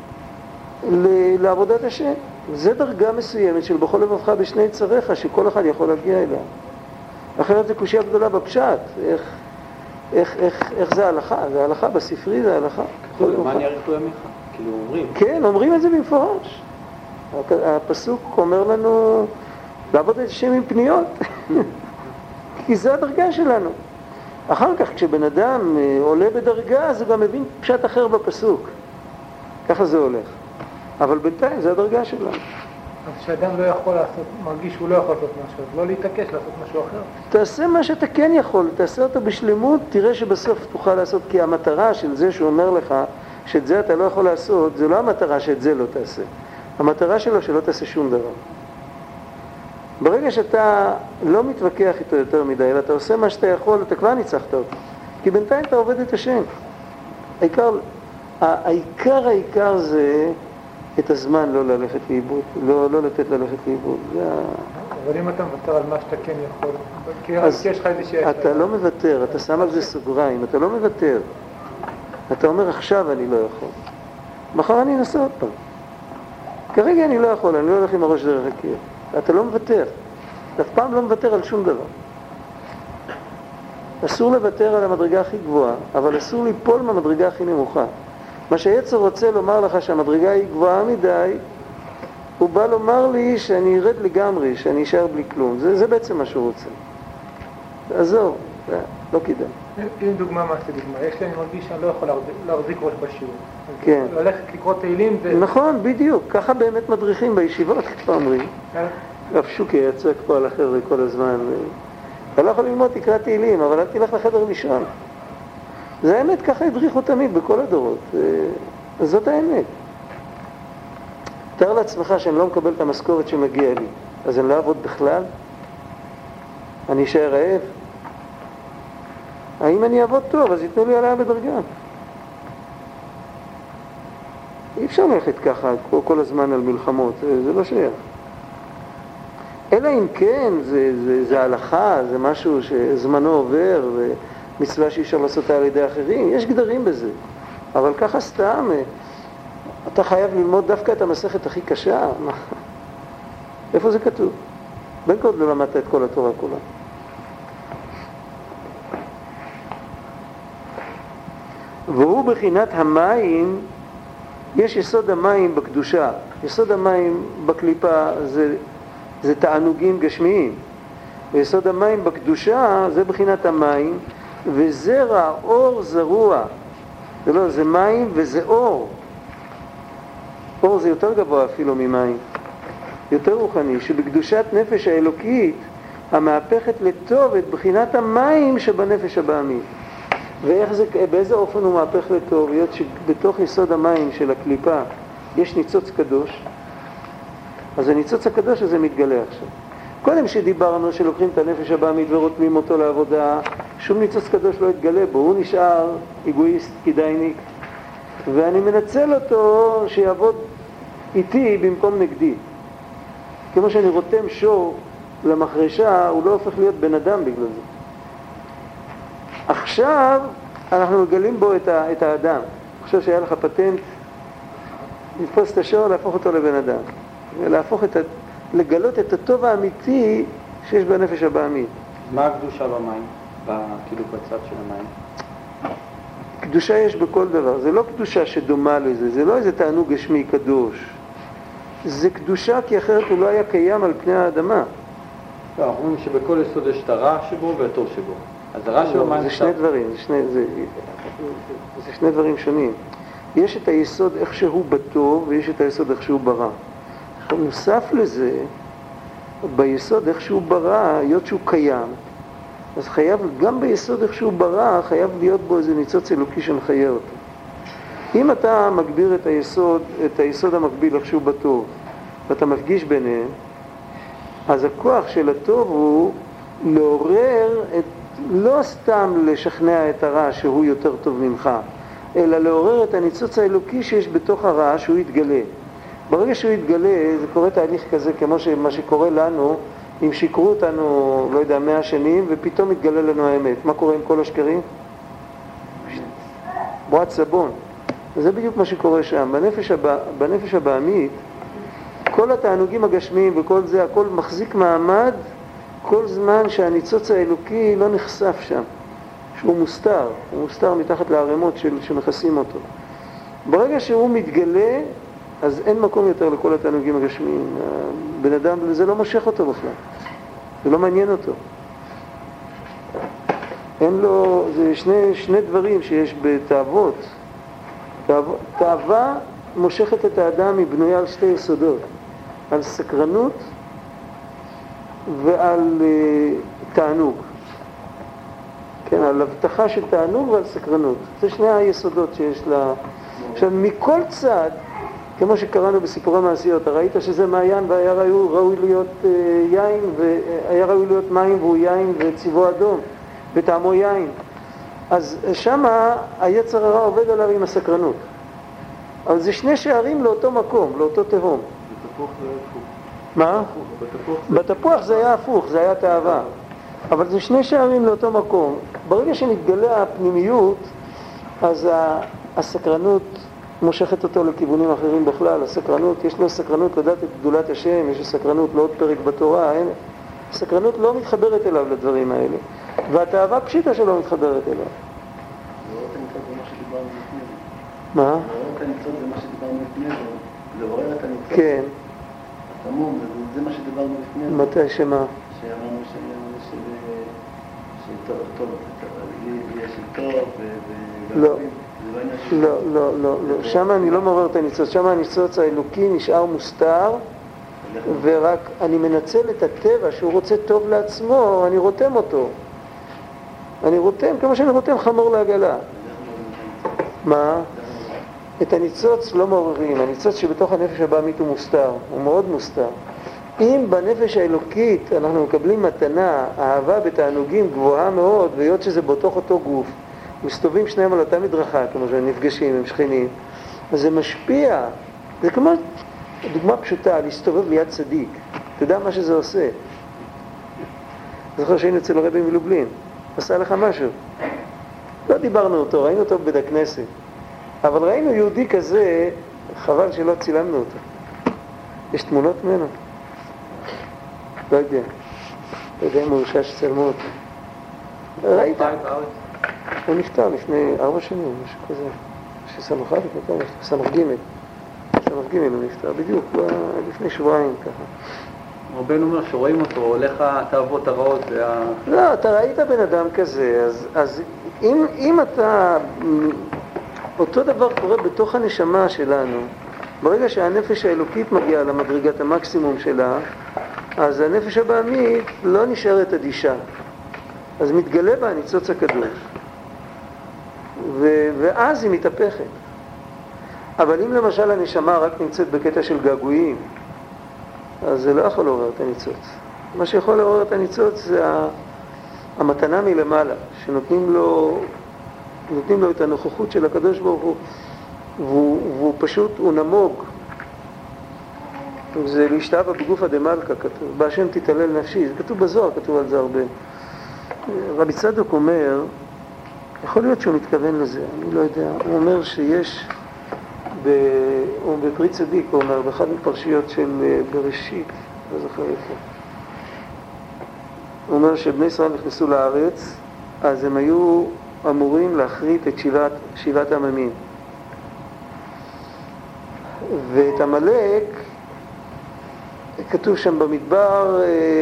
לעבודת השם. זה דרגה מסוימת של בכל לבבך בשני צריך, שכל אחד יכול להגיע אליה. אחרת זה קושיה גדולה בפשט. איך, איך, איך, איך זה ההלכה? זה ההלכה בספרי, זה ההלכה. מה אני אעריך לו ימיך? כאילו אומרים. כן, אומרים את זה במפורש. הפסוק אומר לנו לעבוד את השם עם פניות. כי זה הדרגה שלנו. אחר כך כשבן אדם עולה בדרגה, אז הוא גם מבין פשט אחר בפסוק. ככה זה הולך. אבל בינתיים זה הדרגה שלנו. אז שאדם לא יכול לעשות, מרגיש שהוא לא יכול לעשות משהו, לא להתעקש לעשות משהו אחר. תעשה מה שאתה כן יכול, תעשה אותו בשלמות, תראה שבסוף תוכל לעשות, כי המטרה של זה שהוא אומר לך שאת זה אתה לא יכול לעשות, זה לא המטרה שאת זה לא תעשה. המטרה שלו שלא תעשה שום דבר. ברגע שאתה לא מתווכח איתו יותר מדי, אלא אתה עושה מה שאתה יכול, אתה כבר ניצחת אותו. כי בינתיים אתה עובד את השם. העיקר, העיקר, העיקר זה את הזמן לא ללכת לאיבוד, לא, לא לתת ללכת לאיבוד. זה... אבל אם אתה מוותר על מה שאתה כן יכול, כי אז יש לך איזה שיש... אתה לא מוותר, אתה שם על זה סוגריים, אתה לא מוותר. אתה אומר עכשיו אני לא יכול. מחר אני אנסה עוד פעם. כרגע אני לא יכול, אני לא הולך עם הראש דרך הקיר. אתה לא מוותר. אתה אף פעם לא מוותר על שום דבר. אסור לוותר על המדרגה הכי גבוהה, אבל אסור ליפול מהמדרגה הכי נמוכה. מה שיצר רוצה לומר לך שהמדרגה היא גבוהה מדי, הוא בא לומר לי שאני ארד לגמרי, שאני אשאר בלי כלום. זה, זה בעצם מה שהוא רוצה. עזוב, לא כדאי. אם דוגמה, מה זה דוגמה? יש לי, אני מרגיש שאני לא יכול להחזיק ראש בשיעור. כן. ללכת לקרוא תהילים זה... נכון, בדיוק. ככה באמת מדריכים בישיבות, כבר אומרים. רב שוקי יצק פה על החבר'ה כל הזמן. אתה לא יכול ללמוד, תקרא תהילים, אבל אל תלך לחדר לישון. זה האמת, ככה הדריכו תמיד בכל הדורות. זאת האמת. תאר לעצמך שאני לא מקבל את המשכורת שמגיע לי, אז אני לא אעבוד בכלל? אני אשאר רעב? האם אני אעבוד טוב, אז ייתנו לי עליה בדרגה. אי אפשר ללכת ככה כל, כל הזמן על מלחמות, זה, זה לא שייך. אלא אם כן, זה, זה, זה הלכה, זה משהו שזמנו עובר, ומצווה שאי אפשר לעשותה על ידי אחרים, יש גדרים בזה. אבל ככה סתם, אתה חייב ללמוד דווקא את המסכת הכי קשה. איפה זה כתוב? בין כה לא למדת את כל התורה כולה. והוא בחינת המים, יש יסוד המים בקדושה, יסוד המים בקליפה זה, זה תענוגים גשמיים, ויסוד המים בקדושה זה בחינת המים, וזרע אור זרוע זה לא, זה מים וזה אור. אור זה יותר גבוה אפילו ממים. יותר רוחני, שבקדושת נפש האלוקית המהפכת לטוב את בחינת המים שבנפש הבעמית. ואיך זה, באיזה אופן הוא מהפך לטוב? היות שבתוך יסוד המים של הקליפה יש ניצוץ קדוש, אז הניצוץ הקדוש הזה מתגלה עכשיו. קודם שדיברנו שלוקחים את הנפש הבעמית ורותמים אותו לעבודה, שום ניצוץ קדוש לא יתגלה בו, הוא נשאר אגואיסט כדאיניק, ואני מנצל אותו שיעבוד איתי במקום נגדי. כמו שאני רותם שור למחרשה, הוא לא הופך להיות בן אדם בגלל זה. עכשיו אנחנו מגלים בו את, ה, את האדם. אני חושב שהיה לך פטנט לתפוס את השור, להפוך אותו לבן אדם. ולהפוך את ה... לגלות את הטוב האמיתי שיש בנפש הבעמית. מה הקדושה במים? כאילו בצד של המים? קדושה יש בכל דבר. זה לא קדושה שדומה לזה, זה לא איזה תענוג גשמי קדוש. זה קדושה כי אחרת הוא לא היה קיים על פני האדמה. לא, אנחנו אומרים שבכל יסוד יש את הרע שבו והטוב שבו. אז הרע שבו מה זה שני דברים, זה שני, זה, זה שני דברים שונים. יש את היסוד איך שהוא בטוב ויש את היסוד איך שהוא ברע. נוסף לזה, ביסוד איך שהוא ברא, היות שהוא קיים, אז חייב, גם ביסוד איך שהוא ברא, חייב להיות בו איזה ניצוץ אלוקי שמחיה אותו. אם אתה מגביר את היסוד, את היסוד המקביל איך שהוא בטוב, ואתה מפגיש ביניהם, אז הכוח של הטוב הוא לעורר, את, לא סתם לשכנע את הרע שהוא יותר טוב ממך, אלא לעורר את הניצוץ האלוקי שיש בתוך הרע שהוא יתגלה. ברגע שהוא יתגלה, זה קורה תהליך כזה כמו מה שקורה לנו, אם שיקרו אותנו, לא יודע, מאה שנים, ופתאום יתגלה לנו האמת. מה קורה עם כל השקרים? בועת סבון. וזה בדיוק מה שקורה שם. בנפש, הבא, בנפש הבעמית, כל התענוגים הגשמיים וכל זה, הכל מחזיק מעמד כל זמן שהניצוץ האלוקי לא נחשף שם. שהוא מוסתר, הוא מוסתר מתחת לערימות של, שמכסים אותו. ברגע שהוא מתגלה, אז אין מקום יותר לכל התענוגים הגשמיים. בן אדם, זה לא מושך אותו בכלל. זה לא מעניין אותו. אין לו, זה שני, שני דברים שיש בתאוות. תאווה, תאווה מושכת את האדם, היא בנויה על שתי יסודות. על סקרנות ועל uh, תענוג. כן, על הבטחה של תענוג ועל סקרנות. זה שני היסודות שיש לה. עכשיו, מכל צד, כמו שקראנו בסיפורי מעשיות, ראית שזה מעיין והיה ראוי להיות uh, יין, והיה ראוי להיות מים והוא יין וצבעו אדום, וטעמו יין. אז שמה היצר הרע עובד עליו עם הסקרנות. אבל זה שני שערים לאותו מקום, לאותו תהום. בתפוח זה היה הפוך. מה? בתפוח זה היה הפוך, זה היה תאווה. אבל זה שני שערים לאותו מקום. ברגע שנתגלה הפנימיות, אז הסקרנות מושכת אותו לכיוונים אחרים בכלל. הסקרנות, יש לו סקרנות לדעת את גדולת השם, יש לו סקרנות לעוד פרק בתורה. אין, הסקרנות לא מתחברת אליו לדברים האלה. והתאווה פשיטה שלא מתחברת אליו. לעורר את הניצוץ זה מה שדיברנו לפני זה. מה? לעורר את הניצוץ זה מה שדיברנו לפני זה. לעורר את הניצוץ. כן. תמום, זה מה שדיברנו לפני זה. מתי שמה? שאמרנו של טוב, יש של טוב ו... לא. לא, לא, לא, לא. שם אני לא מעורר את הניצוץ. שם הניצוץ האלוקי נשאר מוסתר, ורק אני מנצל את הטבע שהוא רוצה טוב לעצמו, אני רותם אותו. אני רותם, כמו שאני רותם חמור לעגלה. מה? את הניצוץ לא מעוררים. הניצוץ שבתוך הנפש הבעמית הוא מוסתר, הוא מאוד מוסתר. אם בנפש האלוקית אנחנו מקבלים מתנה, אהבה בתענוגים גבוהה מאוד, והיות שזה בתוך אותו גוף, מסתובבים שניהם על אותה מדרכה, כמו שהם נפגשים, הם שכנים, אז זה משפיע. זה כמו דוגמה פשוטה, להסתובב ליד צדיק. אתה יודע מה שזה עושה? זוכר שהיינו אצל הרבי מלובלין, עשה לך משהו. לא דיברנו אותו, ראינו אותו בבית הכנסת. אבל ראינו יהודי כזה, חבל שלא צילמנו אותו. יש תמונות ממנו? לא יודע. לא יודע אם הוא רשע שצלמו אותו. ראית? הוא נפטר לפני ארבע שנים, משהו כזה. שסמך לפני סמך ג' סמך ג' הוא נפטר, בדיוק, לפני שבועיים ככה. רבנו אומר שרואים אותו, הולך התאוות הרעות וה... לא, אתה ראית בן אדם כזה, אז, אז אם, אם אתה אותו דבר קורה בתוך הנשמה שלנו. ברגע שהנפש האלוקית מגיעה למדרגת המקסימום שלה, אז הנפש הבעמית לא נשארת אדישה. אז מתגלה בה הניצוץ הקדוש. ו- ואז היא מתהפכת. אבל אם למשל הנשמה רק נמצאת בקטע של געגועים, אז זה לא יכול לעורר את הניצוץ. מה שיכול לעורר את הניצוץ זה המתנה מלמעלה, שנותנים לו, נותנים לו את הנוכחות של הקדוש ברוך הוא, והוא, והוא פשוט, הוא נמוג. זה להשתהה בגופא דמלכא כתוב, בהשם תתהלל נפשי, זה כתוב בזוהר, כתוב על זה הרבה. רבי צדוק אומר, יכול להיות שהוא מתכוון לזה, אני לא יודע, הוא אומר שיש, ב... הוא בפרי צדיק, הוא אומר, באחד מפרשיות של בראשית, לא זוכר איפה. הוא אומר שבני ישראל נכנסו לארץ, אז הם היו אמורים להחריט את שבעת, שבעת העממים. ואת עמלק, כתוב שם במדבר,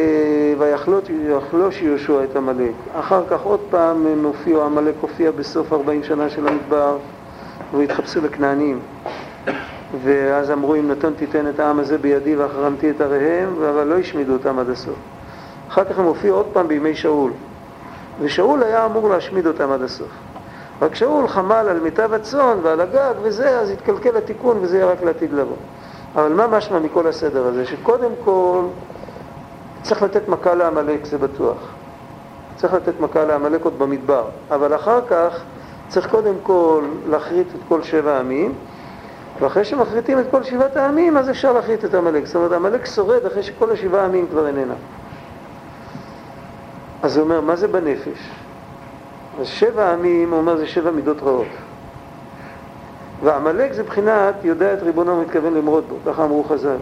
ויחלוש יהושע את עמלק. אחר כך עוד פעם הם הופיעו, עמלק הופיע בסוף ארבעים שנה של המדבר, והתחפשו לכנענים. ואז אמרו, אם נתון תיתן את העם הזה בידי והחרמתי את עריהם, אבל לא השמידו אותם עד הסוף. אחר כך הם הופיעו עוד פעם בימי שאול. ושאול היה אמור להשמיד אותם עד הסוף. רק שאול חמל על מיטב הצאן ועל הגג וזה, אז התקלקל התיקון וזה היה רק לעתיד לבוא. אבל מה משמע מכל הסדר הזה? שקודם כל צריך לתת מכה לעמלק, זה בטוח. צריך לתת מכה לעמלק עוד במדבר. אבל אחר כך צריך קודם כל להחריט את כל שבע העמים, ואחרי שמחריטים את כל שבעת העמים, אז אפשר להחריט את עמלק. זאת אומרת, עמלק שורד אחרי שכל השבעה העמים כבר איננה. אז הוא אומר, מה זה בנפש? אז שבע העמים, הוא אומר, זה שבע מידות רעות. ועמלק זה בחינת, יודע את ריבונו מתכוון למרוד בו, ככה אמרו חז"ל.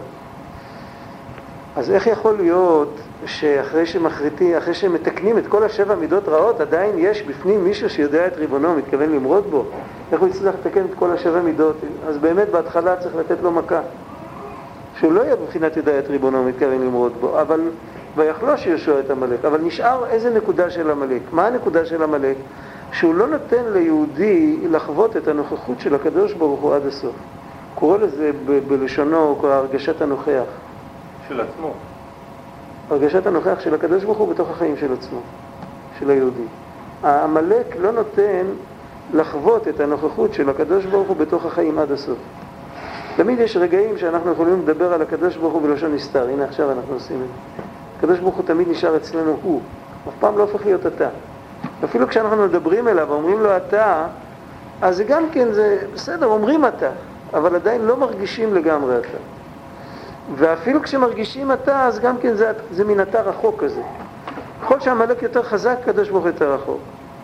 אז איך יכול להיות שאחרי שמחריטים, אחרי שמתקנים את כל השבע מידות רעות, עדיין יש בפנים מישהו שיודע את ריבונו מתכוון למרוד בו? איך הוא יצטרך לתקן את כל השבע מידות? אז באמת בהתחלה צריך לתת לו מכה. שהוא לא יהיה בבחינת יודע את ריבונו מתכוון למרוד בו, אבל ויחלוש יהושע את עמלק. אבל נשאר איזה נקודה של עמלק. מה הנקודה של עמלק? שהוא לא נותן ליהודי לחוות את הנוכחות של הקדוש ברוך הוא עד הסוף. קורא לזה ב- בלשונו, הרגשת הנוכח. של עצמו. הרגשת הנוכח של הקדוש ברוך הוא בתוך החיים של עצמו, של היהודי. העמלק לא נותן לחוות את הנוכחות של הקדוש ברוך הוא בתוך החיים עד הסוף. תמיד יש רגעים שאנחנו יכולים לדבר על הקדוש ברוך הוא בלשון נסתר. הנה עכשיו אנחנו עושים את זה. הקדוש ברוך הוא תמיד נשאר אצלנו הוא. אף פעם לא הופך להיות אתה. אפילו כשאנחנו מדברים אליו ואומרים לו אתה, אז זה גם כן, זה בסדר, אומרים אתה, אבל עדיין לא מרגישים לגמרי אתה. ואפילו כשמרגישים אתה, אז גם כן זה, זה מן אתה רחוק כזה. ככל שהעמלק יותר חזק, הקדוש ברוך הוא יותר רחוק.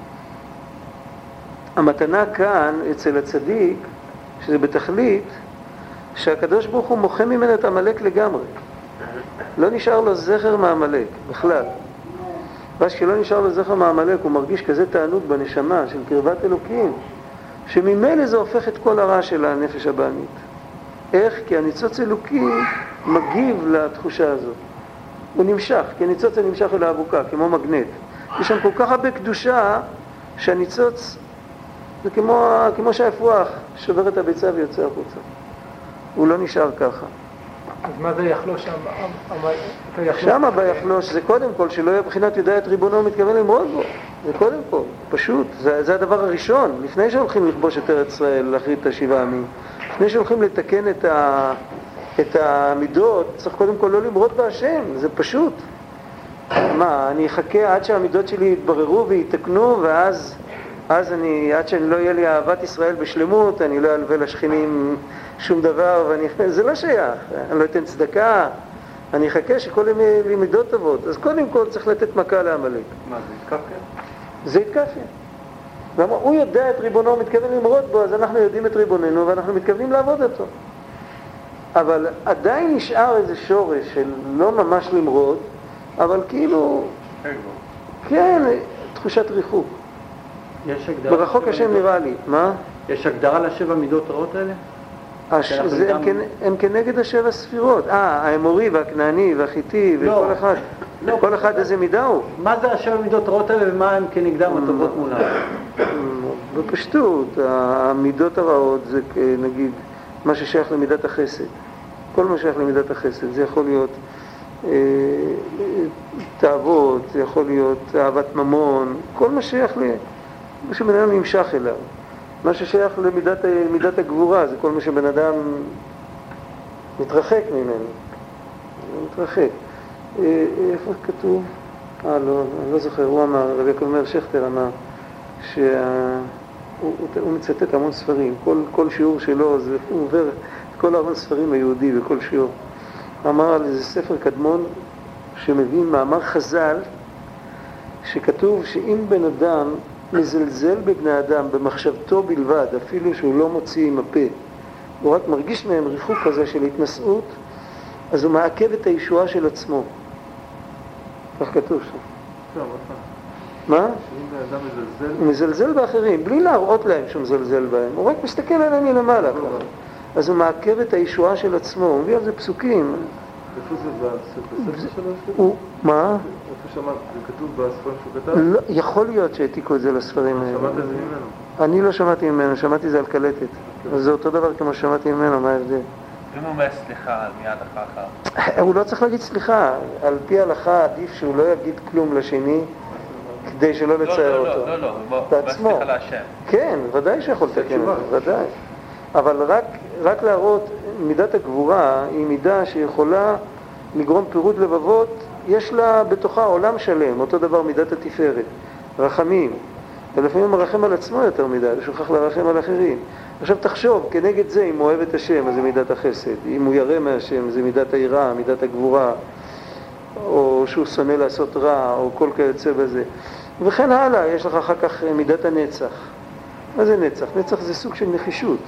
המתנה כאן, אצל הצדיק, שזה בתכלית, שהקדוש ברוך הוא מוחה ממנו את העמלק לגמרי. לא נשאר לו זכר מהעמלק, בכלל. ואז כשלא נשאר לו זכר מהעמלק, הוא מרגיש כזה תענוג בנשמה של קרבת אלוקים, שממילא זה הופך את כל הרע של הנפש הבעמית. איך? כי הניצוץ אלוקי מגיב לתחושה הזאת. הוא נמשך, כי הניצוץ נמשך אל האבוקה, כמו מגנט. יש שם כל כך הרבה קדושה, שהניצוץ זה כמו, כמו שהאפרוח שובר את הביצה ויוצא החוצה. הוא לא נשאר ככה. אז מה זה יחלוש שם? שם הבא יחלוש, זה קודם כל שלא יהיה בחינת יודע את ריבונו מתכוון למרוד בו. זה קודם כל, פשוט. זה, זה הדבר הראשון. לפני שהולכים לכבוש את ארץ ישראל, להחריט את השבעה עמים. לפני שהולכים לתקן את, ה, את המידות, צריך קודם כל לא למרוד בהשם. זה פשוט. מה, אני אחכה עד שהמידות שלי יתבררו ויתקנו, ואז אז אני, עד שאני לא יהיה לי אהבת ישראל בשלמות, אני לא אלווה לשכנים שום דבר, ואני, זה לא שייך. אני לא אתן צדקה, אני אחכה שכל ימי לי מידות טובות. אז קודם כל צריך לתת מכה לעמלק. מה, זה התקפיה? זה התקפיה. למה? הוא יודע את ריבונו, הוא מתכוון למרוד בו, אז אנחנו יודעים את ריבוננו ואנחנו מתכוונים לעבוד אותו. אבל עדיין נשאר איזה שורש של לא ממש למרוד, אבל כאילו, כן, תחושת ריחוק. יש הגדרה ברחוק השם נראה לי. מה? יש הגדרה לשבע מידות רעות האלה? הש... זה, הם, כנ... הם כנגד השבע ספירות. אה, האמורי והכנעני והחיטי לא. וכל אחד. לא. כל אחד איזה מידה הוא. מה זה השבע מידות רעות האלה ומה הם כנגדם הטובות מולם? בפשטות, המידות הרעות זה נגיד מה ששייך למידת החסד. כל מה שייך למידת החסד, זה יכול להיות אה, תאוות, זה יכול להיות אהבת ממון, כל מה שייך ל... מה שבן אדם נמשך אליו. מה ששייך למידת מידת הגבורה, זה כל מה שבן אדם מתרחק ממנו. מתרחק. אה, איפה כתוב? אה, לא, אני לא זוכר, הוא אמר, רבי יעקב מאיר שכטר אמר, שהוא הוא, הוא מצטט המון ספרים, כל, כל שיעור שלו, זה, הוא עובר כל המון ספרים היהודי בכל שיעור. אמר על איזה ספר קדמון שמביא מאמר חז"ל, שכתוב שאם בן אדם מזלזל בבני אדם במחשבתו בלבד, אפילו שהוא לא מוציא עם הפה, הוא רק מרגיש מהם ריחוק כזה של התנשאות, אז הוא מעכב את הישועה של עצמו. כך כתוב שם. מה? שאם בן אדם מזלזל... הוא מזלזל באחרים, בלי להראות להם שהוא מזלזל בהם. הוא רק מסתכל עליהם מלמעלה. אז הוא מעכב את הישועה של עצמו. הוא מביא על זה פסוקים. איפה זה בספר שלו? הוא... מה? איפה שמעת? זה כתוב בספרים שהוא כתב? לא, יכול להיות שהעתיקו את זה לספרים האלה. שמעת את זה ממנו? אני לא שמעתי ממנו, שמעתי זה על קלטת. אז זה אותו דבר כמו שמעתי ממנו, מה ההבדל? אם הוא אומר סליחה מיד אחר כך. הוא לא צריך להגיד סליחה. על פי ההלכה עדיף שהוא לא יגיד כלום לשני, כדי שלא לצייר אותו. לא, לא, לא, הוא בעצמו. סליחה להשם. כן, ודאי שיכול לתקן את זה, ודאי. אבל רק, רק להראות, מידת הגבורה היא מידה שיכולה לגרום פירוד לבבות, יש לה בתוכה עולם שלם, אותו דבר מידת התפארת, רחמים. ולפעמים הוא מרחם על עצמו יותר מדי, הוא שוכח לרחם על אחרים. עכשיו תחשוב, כנגד זה, אם הוא אוהב את השם, אז זה מידת החסד. אם הוא ירא מהשם, זה מידת היראה, מידת הגבורה, או שהוא שונא לעשות רע, או כל כיוצא בזה. וכן הלאה, יש לך אחר כך מידת הנצח. מה זה נצח? נצח זה סוג של נחישות.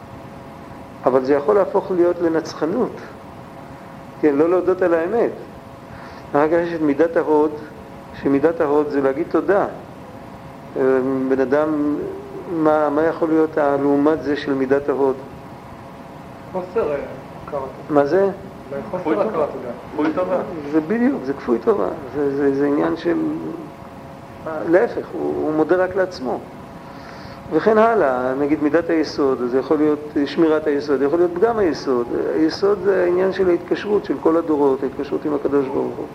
אבל זה יכול להפוך להיות לנצחנות. כן, לא להודות על האמת. אחר כך יש את מידת ההוד, שמידת ההוד זה להגיד תודה. בן אדם, מה, מה יכול להיות הלעומת זה של מידת ההוד? חוסר הכרת. מה זה? חוסר הכרת תודה. כפוי טובה. זה בדיוק, זה כפוי טובה. זה, זה, זה עניין של... להפך, הוא, הוא מודה רק לעצמו. וכן הלאה, נגיד מידת היסוד, זה יכול להיות שמירת היסוד, זה יכול להיות פגם היסוד. היסוד זה העניין של ההתקשרות של כל הדורות, ההתקשרות עם הקדוש ברוך הוא.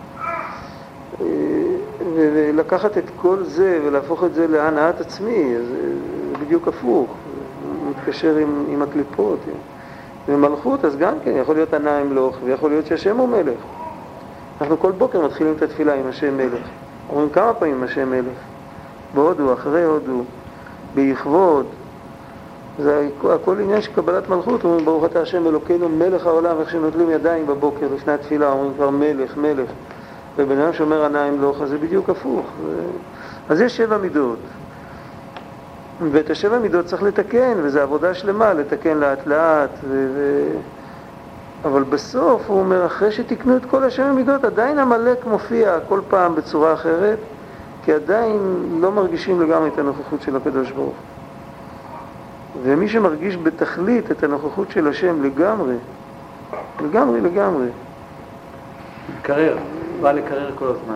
ולקחת את כל זה ולהפוך את זה להנאת עצמי, זה בדיוק הפוך, מתקשר עם, עם הקליפות. ומלכות, אז גם כן, יכול להיות ענה ימלוך, ויכול להיות שהשם הוא מלך. אנחנו כל בוקר מתחילים את התפילה עם השם מלך. אומרים כמה פעמים השם מלך. בהודו, אחרי הודו, ביכבוד. זה הכל עניין של קבלת מלכות. אומרים ברוך אתה השם אלוקינו מלך העולם, איך שנוטלים ידיים בבוקר לפני התפילה, אומרים כבר מלך, מלך. ובן אדם שאומר ענה ימלוך, אז זה בדיוק הפוך. אז יש שבע מידות. ואת השבע מידות צריך לתקן, וזו עבודה שלמה, לתקן לאט לאט, ו... ו... אבל בסוף הוא אומר, אחרי שתקנו את כל השבע מידות, עדיין המלאק מופיע כל פעם בצורה אחרת, כי עדיין לא מרגישים לגמרי את הנוכחות של הקדוש ברוך הוא. ומי שמרגיש בתכלית את הנוכחות של השם לגמרי, לגמרי, לגמרי. קרר, בא לקרר כל הזמן.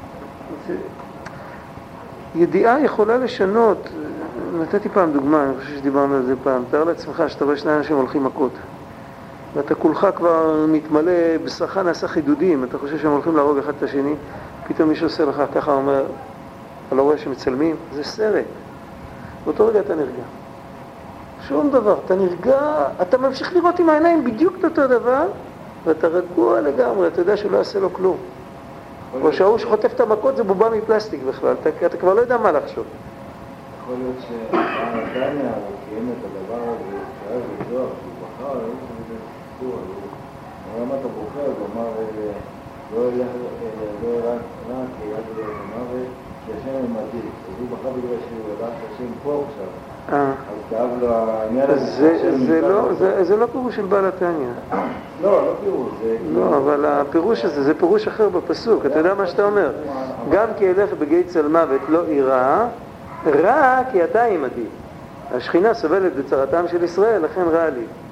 ידיעה יכולה לשנות. נתתי פעם דוגמה, אני חושב שדיברנו על זה פעם. תאר לעצמך שאתה רואה שני אנשים הולכים מכות, ואתה כולך כבר מתמלא בשרחה, נעשה חידודים, אתה חושב שהם הולכים להרוג אחד את השני, פתאום מישהו עושה לך ככה, אומר, אתה לא רואה שמצלמים? זה סרט. באותו רגע אתה נרגע. שום דבר, אתה נרגע, אתה ממשיך לראות עם העיניים בדיוק את אותו דבר, ואתה רגוע לגמרי, אתה יודע שהוא לא יעשה לו כלום. או שההוא שחוטף את המכות זה בובה מפלסטיק בכלל, אתה, אתה כבר לא יודע מה לחשוב. יכול להיות שהנתניה הוא קיים את הדבר הזה, שהיה בזוהר, שהוא בחר, היו שזה סיפור, הוא אמר, אתה בוחר, הוא אמר, לא רק יד למוות, שהשם עמדי, אז הוא בחר בגלל שהוא הלך השם פה עכשיו. אז כאב לו העניין הזה. זה לא פירוש של בעל התניא. לא, לא פירוש. לא, אבל הפירוש הזה, זה פירוש אחר בפסוק. אתה יודע מה שאתה אומר? גם כי ילך בגיא צל מוות לא יירא, רע כי אתה עמדי. השכינה סובלת בצרתם של ישראל, לכן רע לי.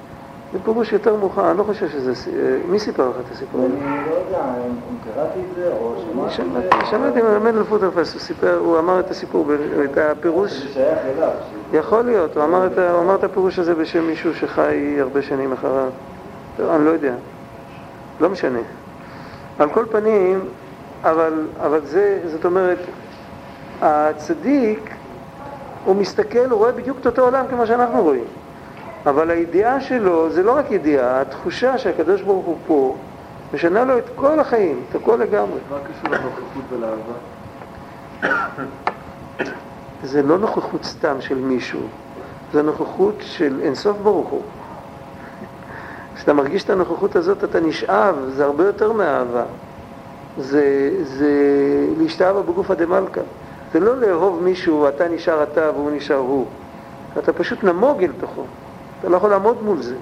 זה פירוש יותר מאוחר, אני לא חושב שזה... מי סיפר לך את הסיפור? אני לא יודע, אם קראתי את זה או שמעתי את זה... שמעתי מלמד לפוטרפס, הוא סיפר, הוא אמר את הסיפור, את הפירוש... זה שייך אליו. יכול להיות, הוא אמר את, הוא אמר את הפירוש הזה בשם מישהו שחי הרבה שנים אחריו. אני לא יודע, לא משנה. על כל פנים, אבל, אבל זה, זאת אומרת, הצדיק, הוא מסתכל, הוא רואה בדיוק את אותו עולם כמו שאנחנו רואים. אבל הידיעה שלו, זה לא רק ידיעה, התחושה שהקדוש ברוך הוא פה, משנה לו את כל החיים, את הכל לגמרי. מה קשור לנוכחות ולאהבה? זה לא נוכחות סתם של מישהו, זה נוכחות של אינסוף ברוך הוא. כשאתה מרגיש את הנוכחות הזאת, אתה נשאב, זה הרבה יותר מאהבה. זה, זה להשתאב בגוף הדמלכה. זה לא לאהוב מישהו, אתה נשאר אתה והוא נשאר הוא. אתה פשוט נמוג אל תוכו. אתה לא יכול לעמוד מול זה.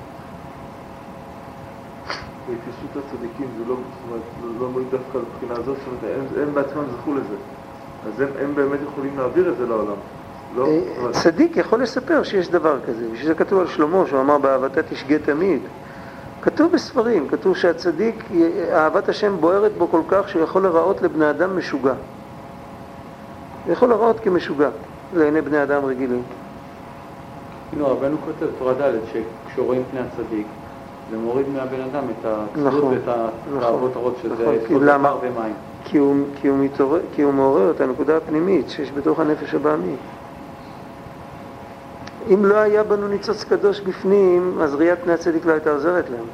בהתיישבות הצדיקים זה לא, לא מועיל דווקא לבחינה הזאת, זאת אומרת, הם, הם בעצמם זכו לזה. אז הם, הם באמת יכולים להעביר את זה לעולם. לא? צדיק יכול לספר שיש דבר כזה, ושזה כתוב על שלמה, שהוא אמר באהבתה תשגה תמיד. כתוב בספרים, כתוב שהצדיק, אהבת השם בוערת בו כל כך שהוא יכול לראות לבני אדם משוגע. הוא יכול לראות כמשוגע, לעיני בני אדם רגילים. כאילו, רבנו כותב, תורה ד' שכשרואים פני הצדיק, זה מוריד מהבן אדם את הכסות נכון, ואת התאוות הרעות, שזה נכון, זכות דבר ומים. כי הוא, כי, הוא מתעורר, כי הוא מעורר את הנקודה הפנימית שיש בתוך הנפש הבעמית. אם לא היה בנו ניצוץ קדוש בפנים, אז ראיית פני הצדיק לא הייתה עוזרת להם.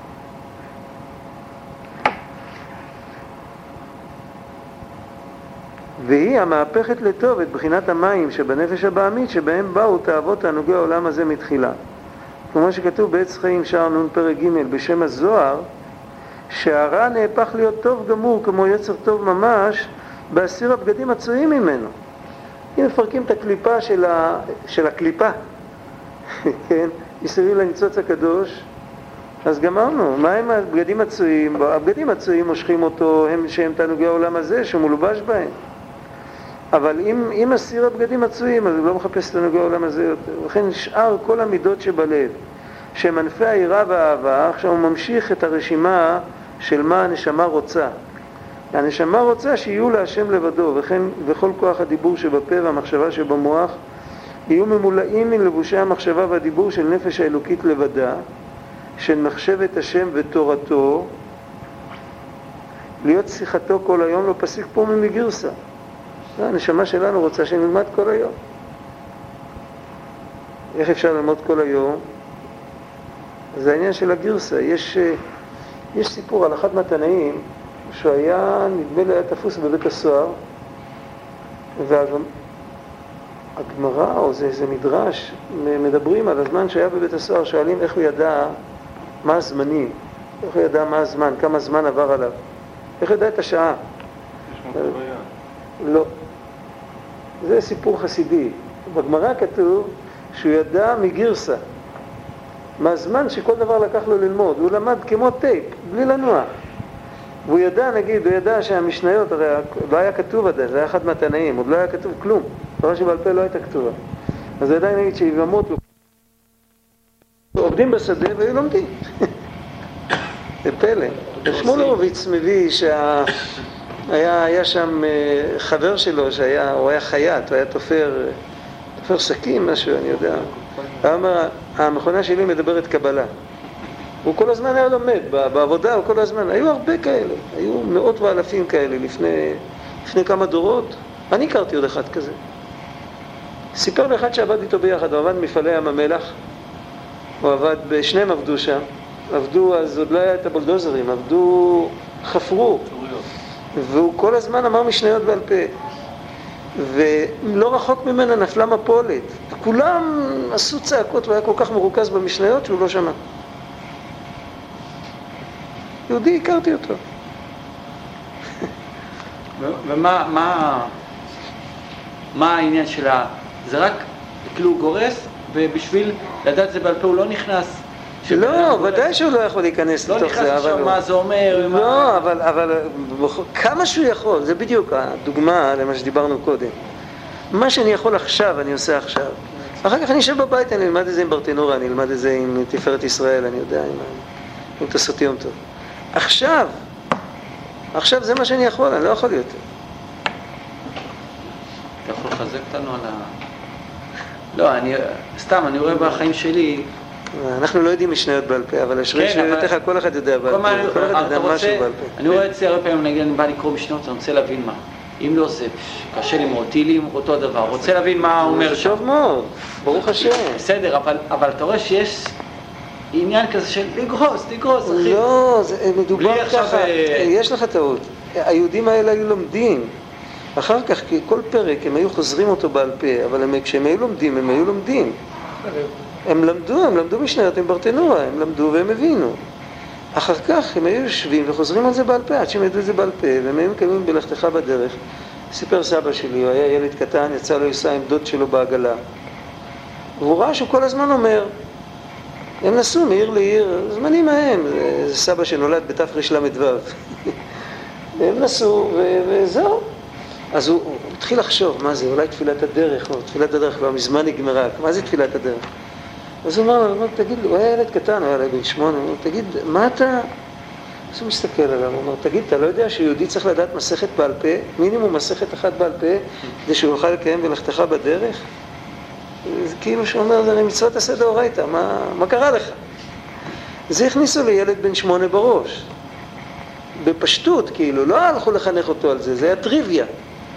והיא המהפכת לטוב את בחינת המים שבנפש הבעמית שבהם באו תאוות תענוגי העולם הזה מתחילה. כמו שכתוב בעץ חיים שער נון פרק ג' בשם הזוהר, שהרע נהפך להיות טוב גמור כמו יצר טוב ממש בהסיר הבגדים הצועים ממנו. אם מפרקים את הקליפה של, ה... של הקליפה, כן? מסביב לניצוץ הקדוש, אז גמרנו. מה הם הבגדים הצועים? הבגדים הצועים מושכים אותו, הם שהם תענוגי העולם הזה, שהוא מלובש בהם. אבל אם, אם מסיר הבגדים הצועים, אז הוא לא מחפש תענוגי העולם הזה יותר. לכן נשאר כל המידות שבלב, שהם ענפי היראה והאהבה. עכשיו הוא ממשיך את הרשימה של מה הנשמה רוצה. הנשמה רוצה שיהיו להשם לבדו, וכן וכל כוח הדיבור שבפה והמחשבה שבמוח יהיו ממולאים מלבושי המחשבה והדיבור של נפש האלוקית לבדה, של מחשבת השם ותורתו, להיות שיחתו כל היום לא פסיק פה ממגרסה. הנשמה שלנו רוצה שנלמד כל היום. איך אפשר ללמוד כל היום? זה העניין של הגרסה. יש, יש סיפור על אחד מהתנאים שהוא היה, נדמה לי, היה תפוס בבית הסוהר, והגמרא או זה, זה מדרש, מדברים על הזמן שהיה בבית הסוהר, שואלים איך הוא ידע מה הזמנים, איך הוא ידע מה הזמן, כמה זמן עבר עליו, איך הוא ידע את השעה. לא. זה סיפור חסידי. בגמרא כתוב שהוא ידע מגרסה, מהזמן שכל דבר לקח לו ללמוד. הוא למד כמו טייפ, בלי לנוע. והוא ידע, נגיד, הוא ידע שהמשניות, הרי לא היה כתוב עדיין, זה היה אחד מהתנאים, עוד לא היה כתוב כלום. תורה שבעל פה לא הייתה כתובה. אז הוא ידע, נגיד, שיבמות עובדים בשדה והיו לומדים. זה פלא. שמואל הורוביץ מביא שה... היה, היה שם חבר שלו שהיה, הוא היה חייט, הוא היה תופר, תופר שקים, משהו, אני יודע. הוא אמר, המכונה שלי מדברת קבלה. הוא כל הזמן היה לומד, בעבודה הוא כל הזמן, היו הרבה כאלה, היו מאות ואלפים כאלה לפני, לפני כמה דורות. אני הכרתי עוד אחד כזה. סיפר לאחד שעבד איתו ביחד, הוא עבד מפעלי ים המלח, הוא עבד, שניהם עבדו שם, עבדו, אז עוד לא היה את הבולדוזרים, עבדו, חפרו. והוא כל הזמן אמר משניות בעל פה, ולא רחוק ממנה נפלה מפולת, וכולם עשו צעקות, והיה כל כך מרוכז במשניות שהוא לא שמע. יהודי, הכרתי אותו. ומה מה, מה העניין שלה? זה רק כאילו גורס, ובשביל לדעת זה בעל פה הוא לא נכנס. לא, ודאי שהוא לא יכול להיכנס לתוך זה. לא נכנס לשם מה זה אומר. לא, אבל, אבל כמה שהוא יכול, זה בדיוק הדוגמה למה שדיברנו קודם. מה שאני יכול עכשיו, אני עושה עכשיו. אחר כך אני אשב בבית, אני אלמד את זה עם ברטנורה, אני אלמד את זה עם תפארת ישראל, אני יודע, עם, עם תעשות יום טוב. עכשיו, עכשיו זה מה שאני יכול, אני לא יכול יותר. אתה יכול לחזק אותנו על ה... לא, אני, סתם, אני רואה בחיים שלי... אנחנו לא יודעים משניות בעל פה, אבל השרי שיודע, כל אחד יודע בעל פה, כל אחד יודע משהו בעל פה. אני רואה אצלי הרבה פעמים, נגיד, אני בא לקרוא משנות, אני רוצה להבין מה. אם לא זה, קשה לי מאוד, טילים, אותו דבר, רוצה להבין מה הוא אומר שם. טוב מאוד, ברוך השם. בסדר, אבל, אבל אתה רואה שיש עניין כזה של לגרוס, לגרוס, אחי. לא, זה מדובר ככה, יש לך טעות. היהודים האלה היו לומדים. אחר כך, כל פרק הם היו חוזרים אותו בעל פה, אבל הם, כשהם היו לומדים, הם היו לומדים. הם למדו, הם למדו משניות עם ברטנורה, הם למדו והם הבינו. אחר כך הם היו יושבים וחוזרים על זה בעל פה, עד שהם ידעו את זה בעל פה, והם היו מקיימים בלכתך בדרך. סיפר סבא שלי, הוא היה ילד קטן, יצא לו לנסוע עם דוד שלו בעגלה. והוא ראה שהוא כל הזמן אומר, הם נסעו מעיר לעיר, זמנים ההם, זה, זה סבא שנולד בתר"ש למ"ו. והם נסעו ו- וזהו. אז הוא, הוא התחיל לחשוב, מה זה, אולי תפילת הדרך, או תפילת הדרך כבר מזמן נגמרה, מה זה תפילת הדרך? אז הוא אמר לו, תגיד, הוא היה ילד קטן, הוא היה בן שמונה, הוא אומר, תגיד, מה אתה... אז הוא מסתכל עליו, הוא אומר, תגיד, אתה לא יודע שיהודי צריך לדעת מסכת בעל פה, מינימום מסכת אחת בעל פה, כדי שהוא יוכל לקיים מלאכתך בדרך? זה כאילו שהוא אומר, זה מצוות עשה דאורייתא, מה, מה קרה לך? זה הכניסו לילד בן שמונה בראש. בפשטות, כאילו, לא הלכו לחנך אותו על זה, זה היה טריוויה.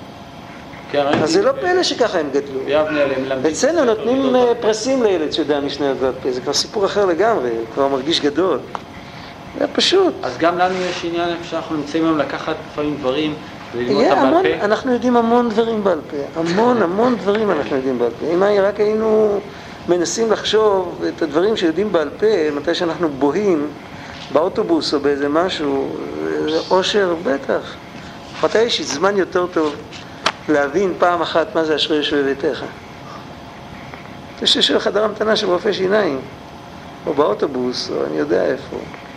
אז זה לא פלא שככה הם גדלו. אצלנו נותנים פרסים לילד שיודע משניות בעל פה, זה כבר סיפור אחר לגמרי, הוא כבר מרגיש גדול. זה היה פשוט. אז גם לנו יש עניין איפה שאנחנו נמצאים היום לקחת לפעמים דברים וללמוד אותם בעל פה? אנחנו יודעים המון דברים בעל פה, המון המון דברים אנחנו יודעים בעל פה. אם רק היינו מנסים לחשוב את הדברים שיודעים בעל פה, מתי שאנחנו בוהים באוטובוס או באיזה משהו, זה אושר בטח. מתי יש זמן יותר טוב להבין פעם אחת מה זה אשרי יושבי ביתך. יש יושב חדר המתנה של רופא שיניים, או באוטובוס, או אני יודע איפה.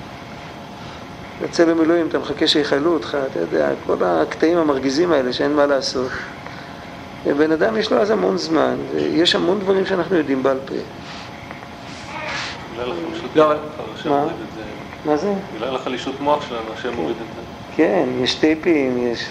יוצא במילואים, אתה מחכה שיחלו אותך, אתה יודע, כל הקטעים המרגיזים האלה שאין מה לעשות. בן אדם יש לו אז המון זמן, ויש המון דברים שאנחנו יודעים בעל פה. לא, מה? מה זה? בגלל החלישות מוח שלנו, השם מוריד את זה. כן, יש טייפים, יש...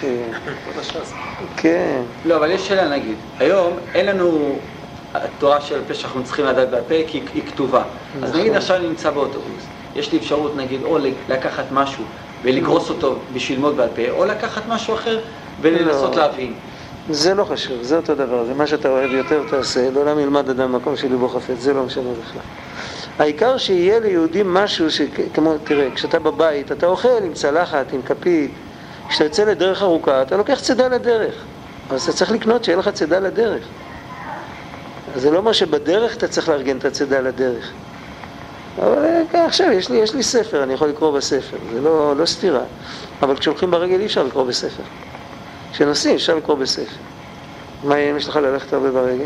כן. לא, אבל יש שאלה נגיד. היום אין לנו התורה של פה שאנחנו צריכים לדעת בעל פה כי היא כתובה. אז נגיד עכשיו אני נמצא באוטובוס. יש לי אפשרות נגיד או לקחת משהו ולגרוס אותו בשביל ללמוד בעל פה, או לקחת משהו אחר ולנסות להבין. זה לא חשוב, זה אותו דבר. זה מה שאתה אוהב יותר תעשה. לעולם ילמד אדם מקום שליבו חפץ, זה לא משנה בכלל. העיקר שיהיה ליהודים משהו שכמו, תראה, כשאתה בבית, אתה אוכל עם צלחת, עם כפית, כשאתה יוצא לדרך ארוכה, אתה לוקח צידה לדרך. אז אתה צריך לקנות שיהיה לך צידה לדרך. אז זה לא מה שבדרך אתה צריך לארגן את הצידה לדרך. אבל עכשיו יש לי, יש לי ספר, אני יכול לקרוא בספר, זה לא, לא סתירה. אבל כשהולכים ברגל אי אפשר לקרוא בספר. כשנוסעים אפשר לקרוא בספר. מה יהיה אם יש לך ללכת הרבה ברגל?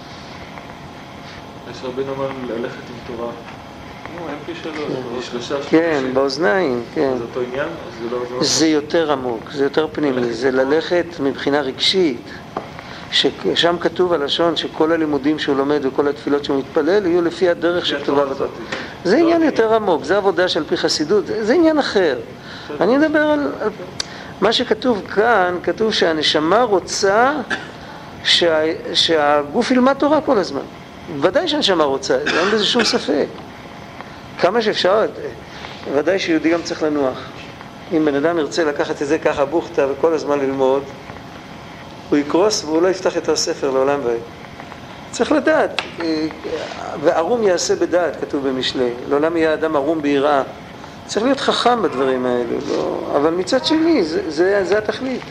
יש הרבה נאמר ללכת עם תורה. נו, אין פי שלוש. כן, באוזניים, כן. זה אותו עניין? זה יותר עמוק, זה יותר פנימי. זה ללכת מבחינה רגשית, ששם כתוב הלשון שכל הלימודים שהוא לומד וכל התפילות שהוא מתפלל יהיו לפי הדרך שכתובה בתורה. זה עניין יותר עמוק, זה עבודה של פי חסידות, זה עניין אחר. אני מדבר על מה שכתוב כאן, כתוב שהנשמה רוצה שהגוף ילמד תורה כל הזמן. ודאי שהנשמה רוצה, אין בזה שום ספק. כמה שאפשר, ודאי שיהודי גם צריך לנוח. אם בן אדם ירצה לקחת את זה ככה בוכתה וכל הזמן ללמוד, הוא יקרוס והוא לא יפתח את הספר לעולם ועד. צריך לדעת, וערום יעשה בדעת, כתוב במשלי. לעולם יהיה אדם ערום ביראה. צריך להיות חכם בדברים האלו, לא... אבל מצד שני, זה, זה, זה התכלית.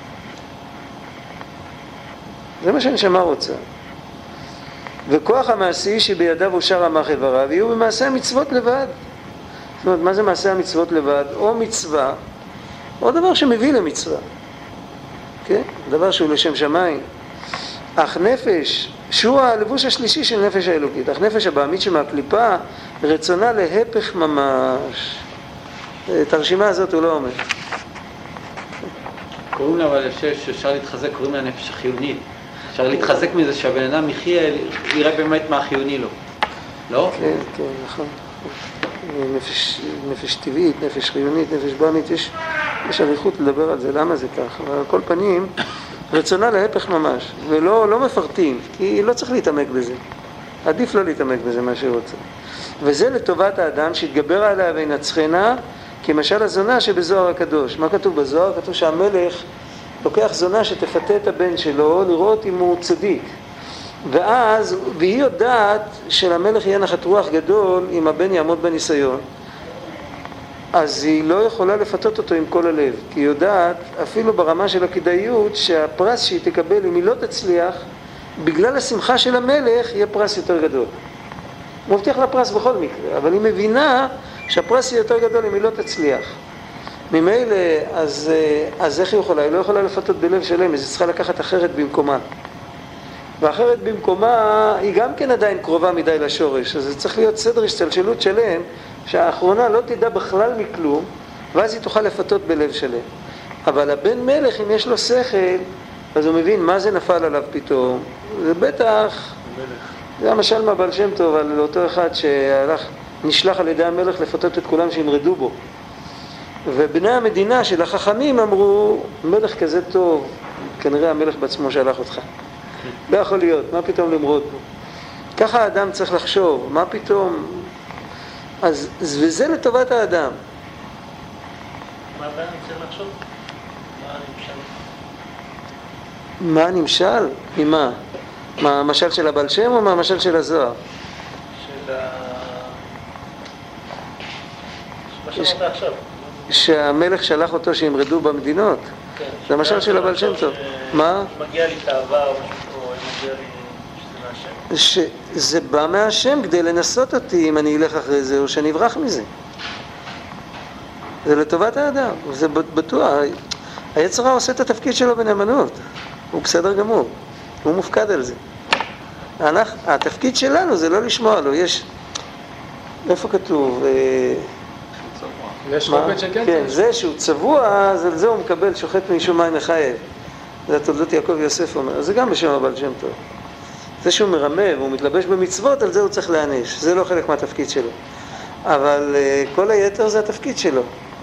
זה מה שהנשמה רוצה. וכוח המעשי שבידיו אושר רמ"ח איבריו, יהיו במעשה המצוות לבד. זאת אומרת, מה זה מעשה המצוות לבד? או מצווה, או דבר שמביא למצווה. כן? דבר שהוא לשם שמיים. אך נפש, שהוא הלבוש השלישי של נפש האלוקית, אך נפש הבעמית שמהקליפה, רצונה להפך ממש. את הרשימה הזאת הוא לא אומר. קוראים לה, אבל שאפשר להתחזק, קוראים לה נפש החיונית. אפשר להתחזק מזה שהבן אדם יחיה, יראה באמת מה חיוני לו. לא? כן, כן, נכון. נפש, נפש טבעית, נפש חיונית, נפש במית, יש, יש אריכות לדבר על זה, למה זה כך? אבל על כל פנים, רצונה להפך ממש, ולא לא מפרטים, כי לא צריך להתעמק בזה. עדיף לא להתעמק בזה מה שרוצה. וזה לטובת האדם שהתגבר עליה וינצחנה, כמשל הזונה שבזוהר הקדוש. מה כתוב בזוהר? כתוב שהמלך לוקח זונה שתפתה את הבן שלו לראות אם הוא צדיק. ואז, והיא יודעת שלמלך יהיה נחת רוח גדול אם הבן יעמוד בניסיון. אז היא לא יכולה לפתות אותו עם כל הלב, כי היא יודעת, אפילו ברמה של הכדאיות, שהפרס שהיא תקבל אם היא לא תצליח, בגלל השמחה של המלך יהיה פרס יותר גדול. הוא מבטיח לה פרס בכל מקרה, אבל היא מבינה שהפרס יהיה יותר גדול אם היא לא תצליח. ממילא, אז, אז איך היא יכולה? היא לא יכולה לפתות בלב שלם, אז היא צריכה לקחת אחרת במקומה. ואחרת במקומה היא גם כן עדיין קרובה מדי לשורש, אז זה צריך להיות סדר השתלשלות שלם, שהאחרונה לא תדע בכלל מכלום, ואז היא תוכל לפתות בלב שלם. אבל הבן מלך, אם יש לו שכל, אז הוא מבין מה זה נפל עליו פתאום. זה בטח, זה המשל מהבעל שם טוב על אותו אחד שהלך, נשלח על ידי המלך לפתות את כולם שימרדו בו. ובני המדינה של החכמים אמרו, מלך כזה טוב, כנראה המלך בעצמו שלח אותך. לא יכול להיות, מה פתאום למרוד בו? ככה האדם צריך לחשוב, מה פתאום? אז, וזה לטובת האדם. מה הבן צריך לחשוב? מה הנמשל? מה הנמשל? ממה? מה, המשל של הבעל שם או מה המשל של הזוהר? של ה... מה שאמרת עכשיו. שהמלך שלח אותו שימרדו במדינות. כן. זה המשל של הבעל שם טוב. מה? מגיע לי תאווה או משהו, או מגיע לי שזה מהשם. שזה בא מהשם כדי לנסות אותי אם אני אלך אחרי זה או שאני אברח מזה. זה לטובת האדם, זה בטוח. היצר הרע עושה את התפקיד שלו בנאמנות. הוא בסדר גמור. הוא מופקד על זה. אנחנו, התפקיד שלנו זה לא לשמוע לו. יש... איפה כתוב? יש רובד שכן? כן, זה שהוא צבוע, אז על זה הוא מקבל שוחט מישהו מים מחייב. זה התולדות יעקב יוסף אומר. זה גם בשם הבעל שם טוב. זה שהוא מרמה והוא מתלבש במצוות, על זה הוא צריך להעניש. זה לא חלק מהתפקיד שלו. אבל uh, כל היתר זה התפקיד שלו.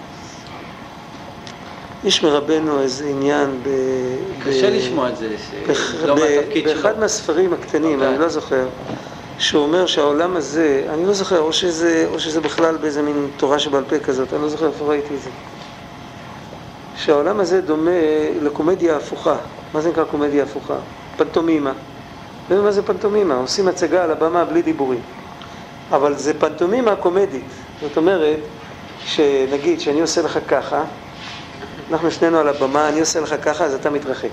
יש מרבנו איזה עניין ב... קשה ב... לשמוע את זה, בח... לא ב... מהתפקיד שלו. באחד מהספרים הקטנים, אני לא זוכר, שהוא אומר שהעולם הזה, אני לא זוכר, או שזה, או שזה בכלל באיזה מין תורה שבעל פה כזאת, אני לא זוכר איפה ראיתי את זה. שהעולם הזה דומה לקומדיה הפוכה. מה זה נקרא קומדיה הפוכה? פנטומימה. ומה זה פנטומימה? עושים הצגה על הבמה בלי דיבורים. אבל זה פנטומימה קומדית. זאת אומרת, שנגיד שאני עושה לך ככה, אנחנו שנינו על הבמה, אני עושה לך ככה, אז אתה מתרחק.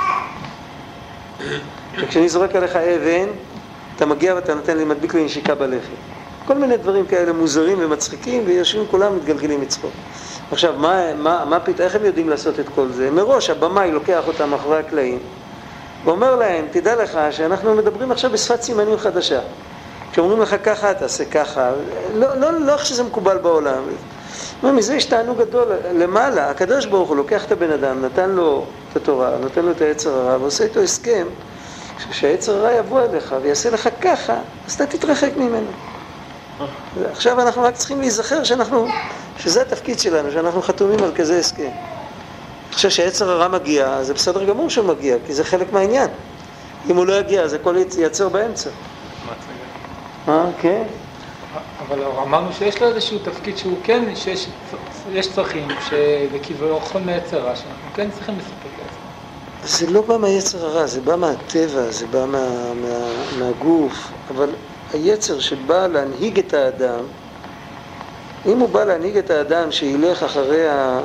וכשאני זורק עליך אבן, אתה מגיע ואתה נותן לי, מדביק לי נשיקה בלחי. כל מיני דברים כאלה מוזרים ומצחיקים, ויושבים כולם מתגלגלים מצחוק. עכשיו, מה, מה, מה פתאום, איך הם יודעים לעשות את כל זה? מראש, הבמאי לוקח אותם מאחורי הקלעים, ואומר להם, תדע לך שאנחנו מדברים עכשיו בשפת סימנים חדשה. כשאומרים לך ככה, תעשה ככה. לא, לא, לא איך שזה מקובל בעולם. מזה יש תענוג גדול למעלה. הקדוש ברוך הוא לוקח את הבן אדם, נתן לו את התורה, נותן לו את היצר הרע, ועושה איתו הסכם, שהיצר הרע יבוא אליך ויעשה לך ככה, אז אתה תתרחק ממנו. עכשיו אנחנו רק צריכים להיזכר שאנחנו, שזה התפקיד שלנו, שאנחנו חתומים על כזה הסכם. עכשיו שהיצר הרע מגיע, זה בסדר גמור שהוא מגיע, כי זה חלק מהעניין. אם הוא לא יגיע, אז הכל ייצר באמצע. אה, כן. אבל אמרנו שיש לו איזשהו תפקיד שהוא כן, שיש יש צרכים, שכביכול מהיצר הרע, שאנחנו כן צריכים לספק את זה. זה לא בא מהיצר הרע, זה בא מהטבע, זה בא מה, מה, מהגוף, אבל היצר שבא להנהיג את האדם, אם הוא בא להנהיג את האדם שילך אחרי ה...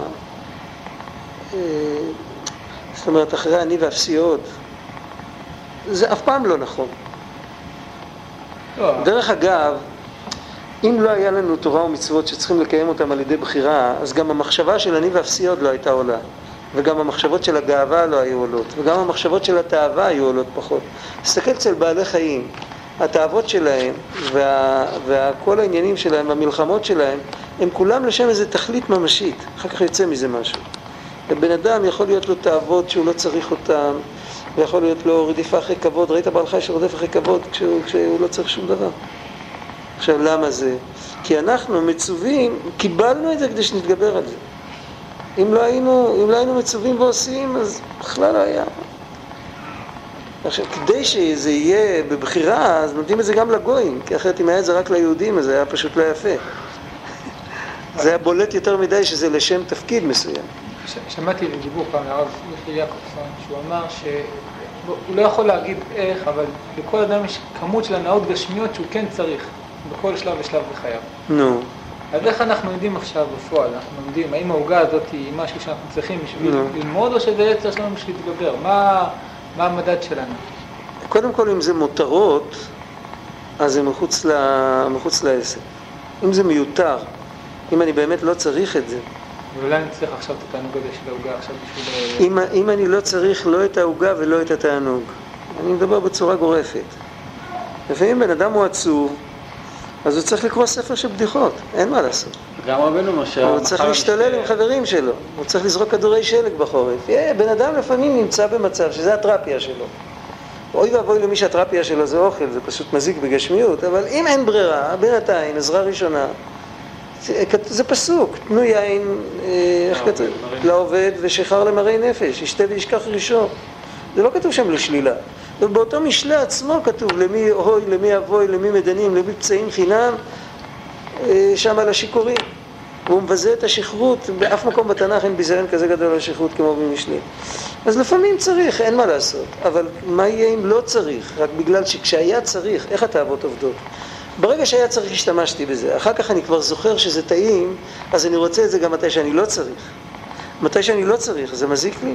זאת אומרת, אחרי אני והפסיעות, זה אף פעם לא נכון. לא. דרך אגב, אם לא היה לנו תורה ומצוות שצריכים לקיים אותם על ידי בחירה, אז גם המחשבה של אני והפסיעות לא הייתה עולה. וגם המחשבות של הגאווה לא היו עולות. וגם המחשבות של התאווה היו עולות פחות. תסתכל אצל בעלי חיים, התאוות שלהם וה, וכל העניינים שלהם והמלחמות שלהם, הם כולם לשם איזו תכלית ממשית. אחר כך יוצא מזה משהו. לבן אדם יכול להיות לו תאוות שהוא לא צריך אותם, ויכול להיות לו רדיפה אחרי כבוד. ראית בעל חי שרודף אחרי כבוד כשהוא, כשהוא לא צריך שום דבר. עכשיו, למה זה? כי אנחנו מצווים, קיבלנו את זה כדי שנתגבר על זה. אם לא היינו, אם לא היינו מצווים ועושים, אז בכלל לא היה. עכשיו, כדי שזה יהיה בבחירה, אז נותנים את זה גם לגויים, כי אחרת אם היה את זה רק ליהודים, אז זה היה פשוט לא יפה. זה היה בולט יותר מדי שזה לשם תפקיד מסוים. שמעתי דיבור פעם מהרב יחיא יעקובסון, שהוא אמר שהוא לא יכול להגיד איך, אבל לכל אדם יש כמות של הנאות גשמיות שהוא כן צריך, בכל שלב ושלב בחייו. נו. אז איך אנחנו יודעים עכשיו בפועל? אנחנו יודעים, האם ההוגה הזאת היא משהו שאנחנו צריכים בשביל ללמוד, או שזה יצר שלנו בשביל להתגבר? מה, מה המדד שלנו? קודם כל, אם זה מותרות, אז זה מחוץ, ל... מחוץ לעסק. אם זה מיותר, אם אני באמת לא צריך את זה. ואולי אני צריך עכשיו את התענוג הזה של ההוגה עכשיו בשביל... אם, אם אני לא צריך לא את ההוגה ולא את התענוג, אני מדבר בצורה גורפת. לפעמים בן אדם הוא עצוב, אז הוא צריך לקרוא ספר של בדיחות, אין מה לעשות. גם רבנו משה... הוא צריך להשתולל עם חברים שלו, הוא צריך לזרוק כדורי שלג בחורף. יהיה, בן אדם לפעמים נמצא במצב שזה התרפיה שלו. אוי ואבוי למי שהתרפיה שלו זה אוכל, זה פשוט מזיק בגשמיות, אבל אם אין ברירה, בינתיים, עזרה ראשונה, זה פסוק, תנו יין, איך כתוב? לעובד ושחר למראי נפש, ישתה וישכח ראשו. זה לא כתוב שם לשלילה. ובאותו משלה עצמו כתוב למי אוי, למי אבוי, למי מדנים, למי פצעים חינם, שם על השיקורים. והוא מבזה את השכרות, באף מקום בתנ"ך אין ביזיון כזה גדול על השכרות כמו במשלי. אז לפעמים צריך, אין מה לעשות. אבל מה יהיה אם לא צריך? רק בגלל שכשהיה צריך, איך התאוות עובדות? ברגע שהיה צריך השתמשתי בזה, אחר כך אני כבר זוכר שזה טעים, אז אני רוצה את זה גם מתי שאני לא צריך. מתי שאני לא צריך, זה מזיק לי.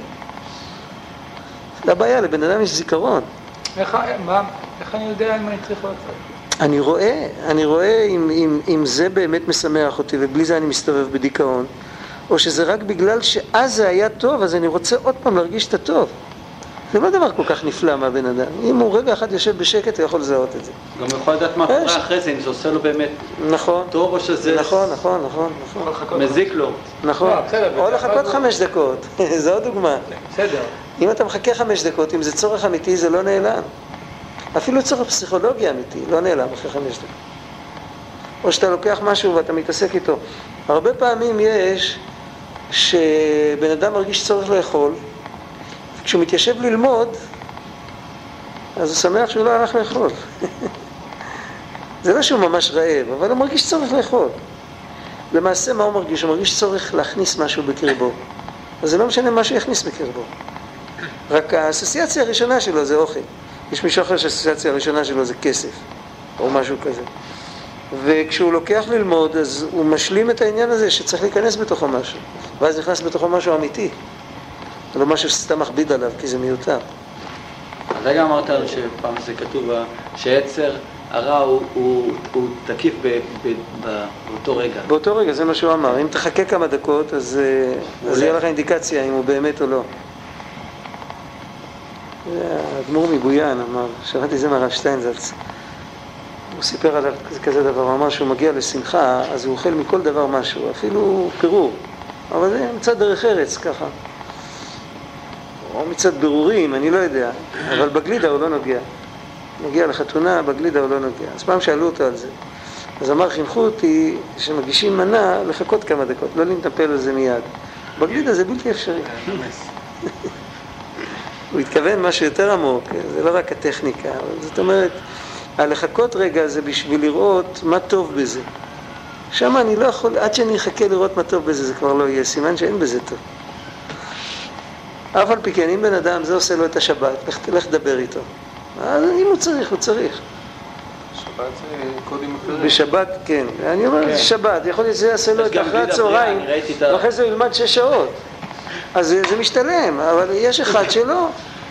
זה הבעיה, לבן אדם יש זיכרון. איך, מה, איך אני יודע אם אני צריך או לא צריך? אני רואה, אני רואה אם, אם, אם זה באמת משמח אותי, ובלי זה אני מסתובב בדיכאון, או שזה רק בגלל שאז זה היה טוב, אז אני רוצה עוד פעם להרגיש את הטוב. זה לא דבר כל כך נפלא מהבן אדם. אם הוא רגע אחד יושב בשקט, הוא יכול לזהות את זה. גם הוא יכול לדעת מה קורה אחרי זה, אם זה עושה לו באמת נכון, טוב או שזה... נכון, נכון, נכון, נכון. מזיק לו. נכון. או לחכות חמש דקות, זו עוד דוגמה. בסדר. אם אתה מחכה חמש דקות, אם זה צורך אמיתי, זה לא נעלם. אפילו צורך פסיכולוגי אמיתי, לא נעלם אחרי חמש דקות. או שאתה לוקח משהו ואתה מתעסק איתו. הרבה פעמים יש שבן אדם מרגיש צורך לאכול, כשהוא מתיישב ללמוד, אז הוא שמח שהוא לא הלך לאכול. זה לא שהוא ממש רעב, אבל הוא מרגיש צורך לאכול. למעשה מה הוא מרגיש? הוא מרגיש צורך להכניס משהו בקרבו. אז זה לא משנה מה שיכניס בקרבו. רק האסוציאציה הראשונה שלו זה אוכל. יש מישהו אחר שהאסוציאציה הראשונה שלו זה כסף, או משהו כזה. וכשהוא לוקח ללמוד, אז הוא משלים את העניין הזה שצריך להיכנס בתוכו משהו. ואז נכנס בתוכו משהו אמיתי. לא משהו שסתם מכביד עליו, כי זה מיותר. אז רגע אמרת לנו שפעם זה כתוב שיצר הרע הוא, הוא, הוא תקיף ב, ב, ב, באותו רגע. באותו רגע, זה מה שהוא אמר. אם תחכה כמה דקות, אז, אז יהיה לך אינדיקציה אם הוא באמת או לא. האדמו"ר מבויאן אמר, שמעתי זה מהרב שטיינזלץ. הוא סיפר עליו כזה דבר, הוא אמר שהוא מגיע לשמחה, אז הוא אוכל מכל דבר משהו, אפילו פירור. אבל זה מצד דרך ארץ ככה. או מצד ברורים, אני לא יודע, אבל בגלידה הוא לא נוגע. מגיע לחתונה, בגלידה הוא לא נוגע. אז פעם שאלו אותו על זה. אז אמר, חינכו אותי שמגישים מנה לחכות כמה דקות, לא להתנפל על זה מיד. בגלידה זה בלתי אפשרי. הוא התכוון משהו יותר עמוק, זה לא רק הטכניקה, אבל זאת אומרת, הלחכות רגע זה בשביל לראות מה טוב בזה. שם אני לא יכול, עד שאני אחכה לראות מה טוב בזה, זה כבר לא יהיה, סימן שאין בזה טוב. אף על פי כן, אם בן אדם, זה עושה לו את השבת, לך תלך לדבר איתו. אז אם הוא צריך, הוא צריך. שבת זה קודים אחרים. בשבת, כן. אני אומר, זה שבת, יכול להיות שזה יעשה לו את אחרי הצהריים, ואחרי זה הוא ילמד שש שעות. אז זה, זה משתלם, אבל יש אחד שלא.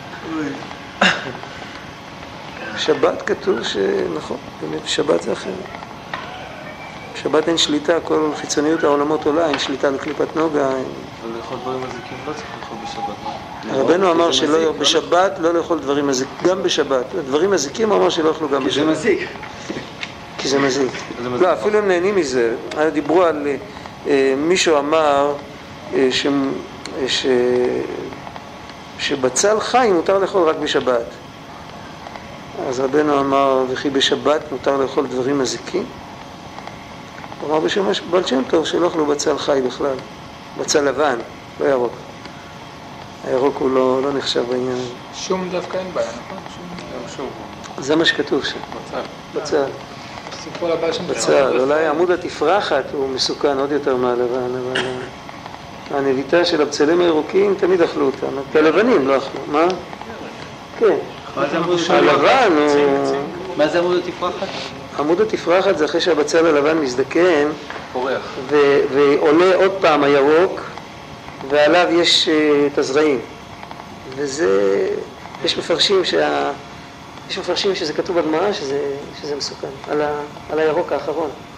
שבת כתוב שנכון, באמת, שבת זה אחר. בשבת אין שליטה, כל חיצוניות העולמות עולה, אין שליטה לקליפת נוגה. אבל לאכול דברים מזיקים לא צריך לאכול בשבת. רבנו אמר שלא, בשבת לא לאכול דברים מזיקים, גם בשבת. דברים מזיקים הוא אמר שלא אכלו גם בשבת. כי זה מזיק. כי זה מזיק. לא, אפילו הם נהנים מזה. דיברו על, מישהו אמר ש... שבצל חי מותר לאכול רק בשבת. אז רבנו אמר, וכי בשבת מותר לאכול דברים מזיקים? הוא אמר בשם בעל שם טוב שלא אכלו בצל חי בכלל, בצל לבן, לא ירוק. הירוק הוא לא, לא נחשב בעניין הזה. שום דווקא אין בעיה, נכון? שום... שום. זה מה שכתוב שם. בצל. בצל. סיפור לבעל שם בצל, אולי עמוד התפרחת הוא מסוכן עוד יותר מהלבן, אבל הנביטה של הבצלים הירוקים תמיד אכלו אותם, את הלבנים לא אכלו, מה? כן. מה זה עמוד הלבן הוא... מה זה עמוד התפרחת? עמוד התפרחת זה אחרי שהבצל הלבן מזדקן פורח. ו- ועולה עוד פעם הירוק ועליו יש uh, את הזרעים וזה, יש מפרשים שה... יש מפרשים שזה כתוב בגמרא שזה, שזה מסוכן על, ה... על הירוק האחרון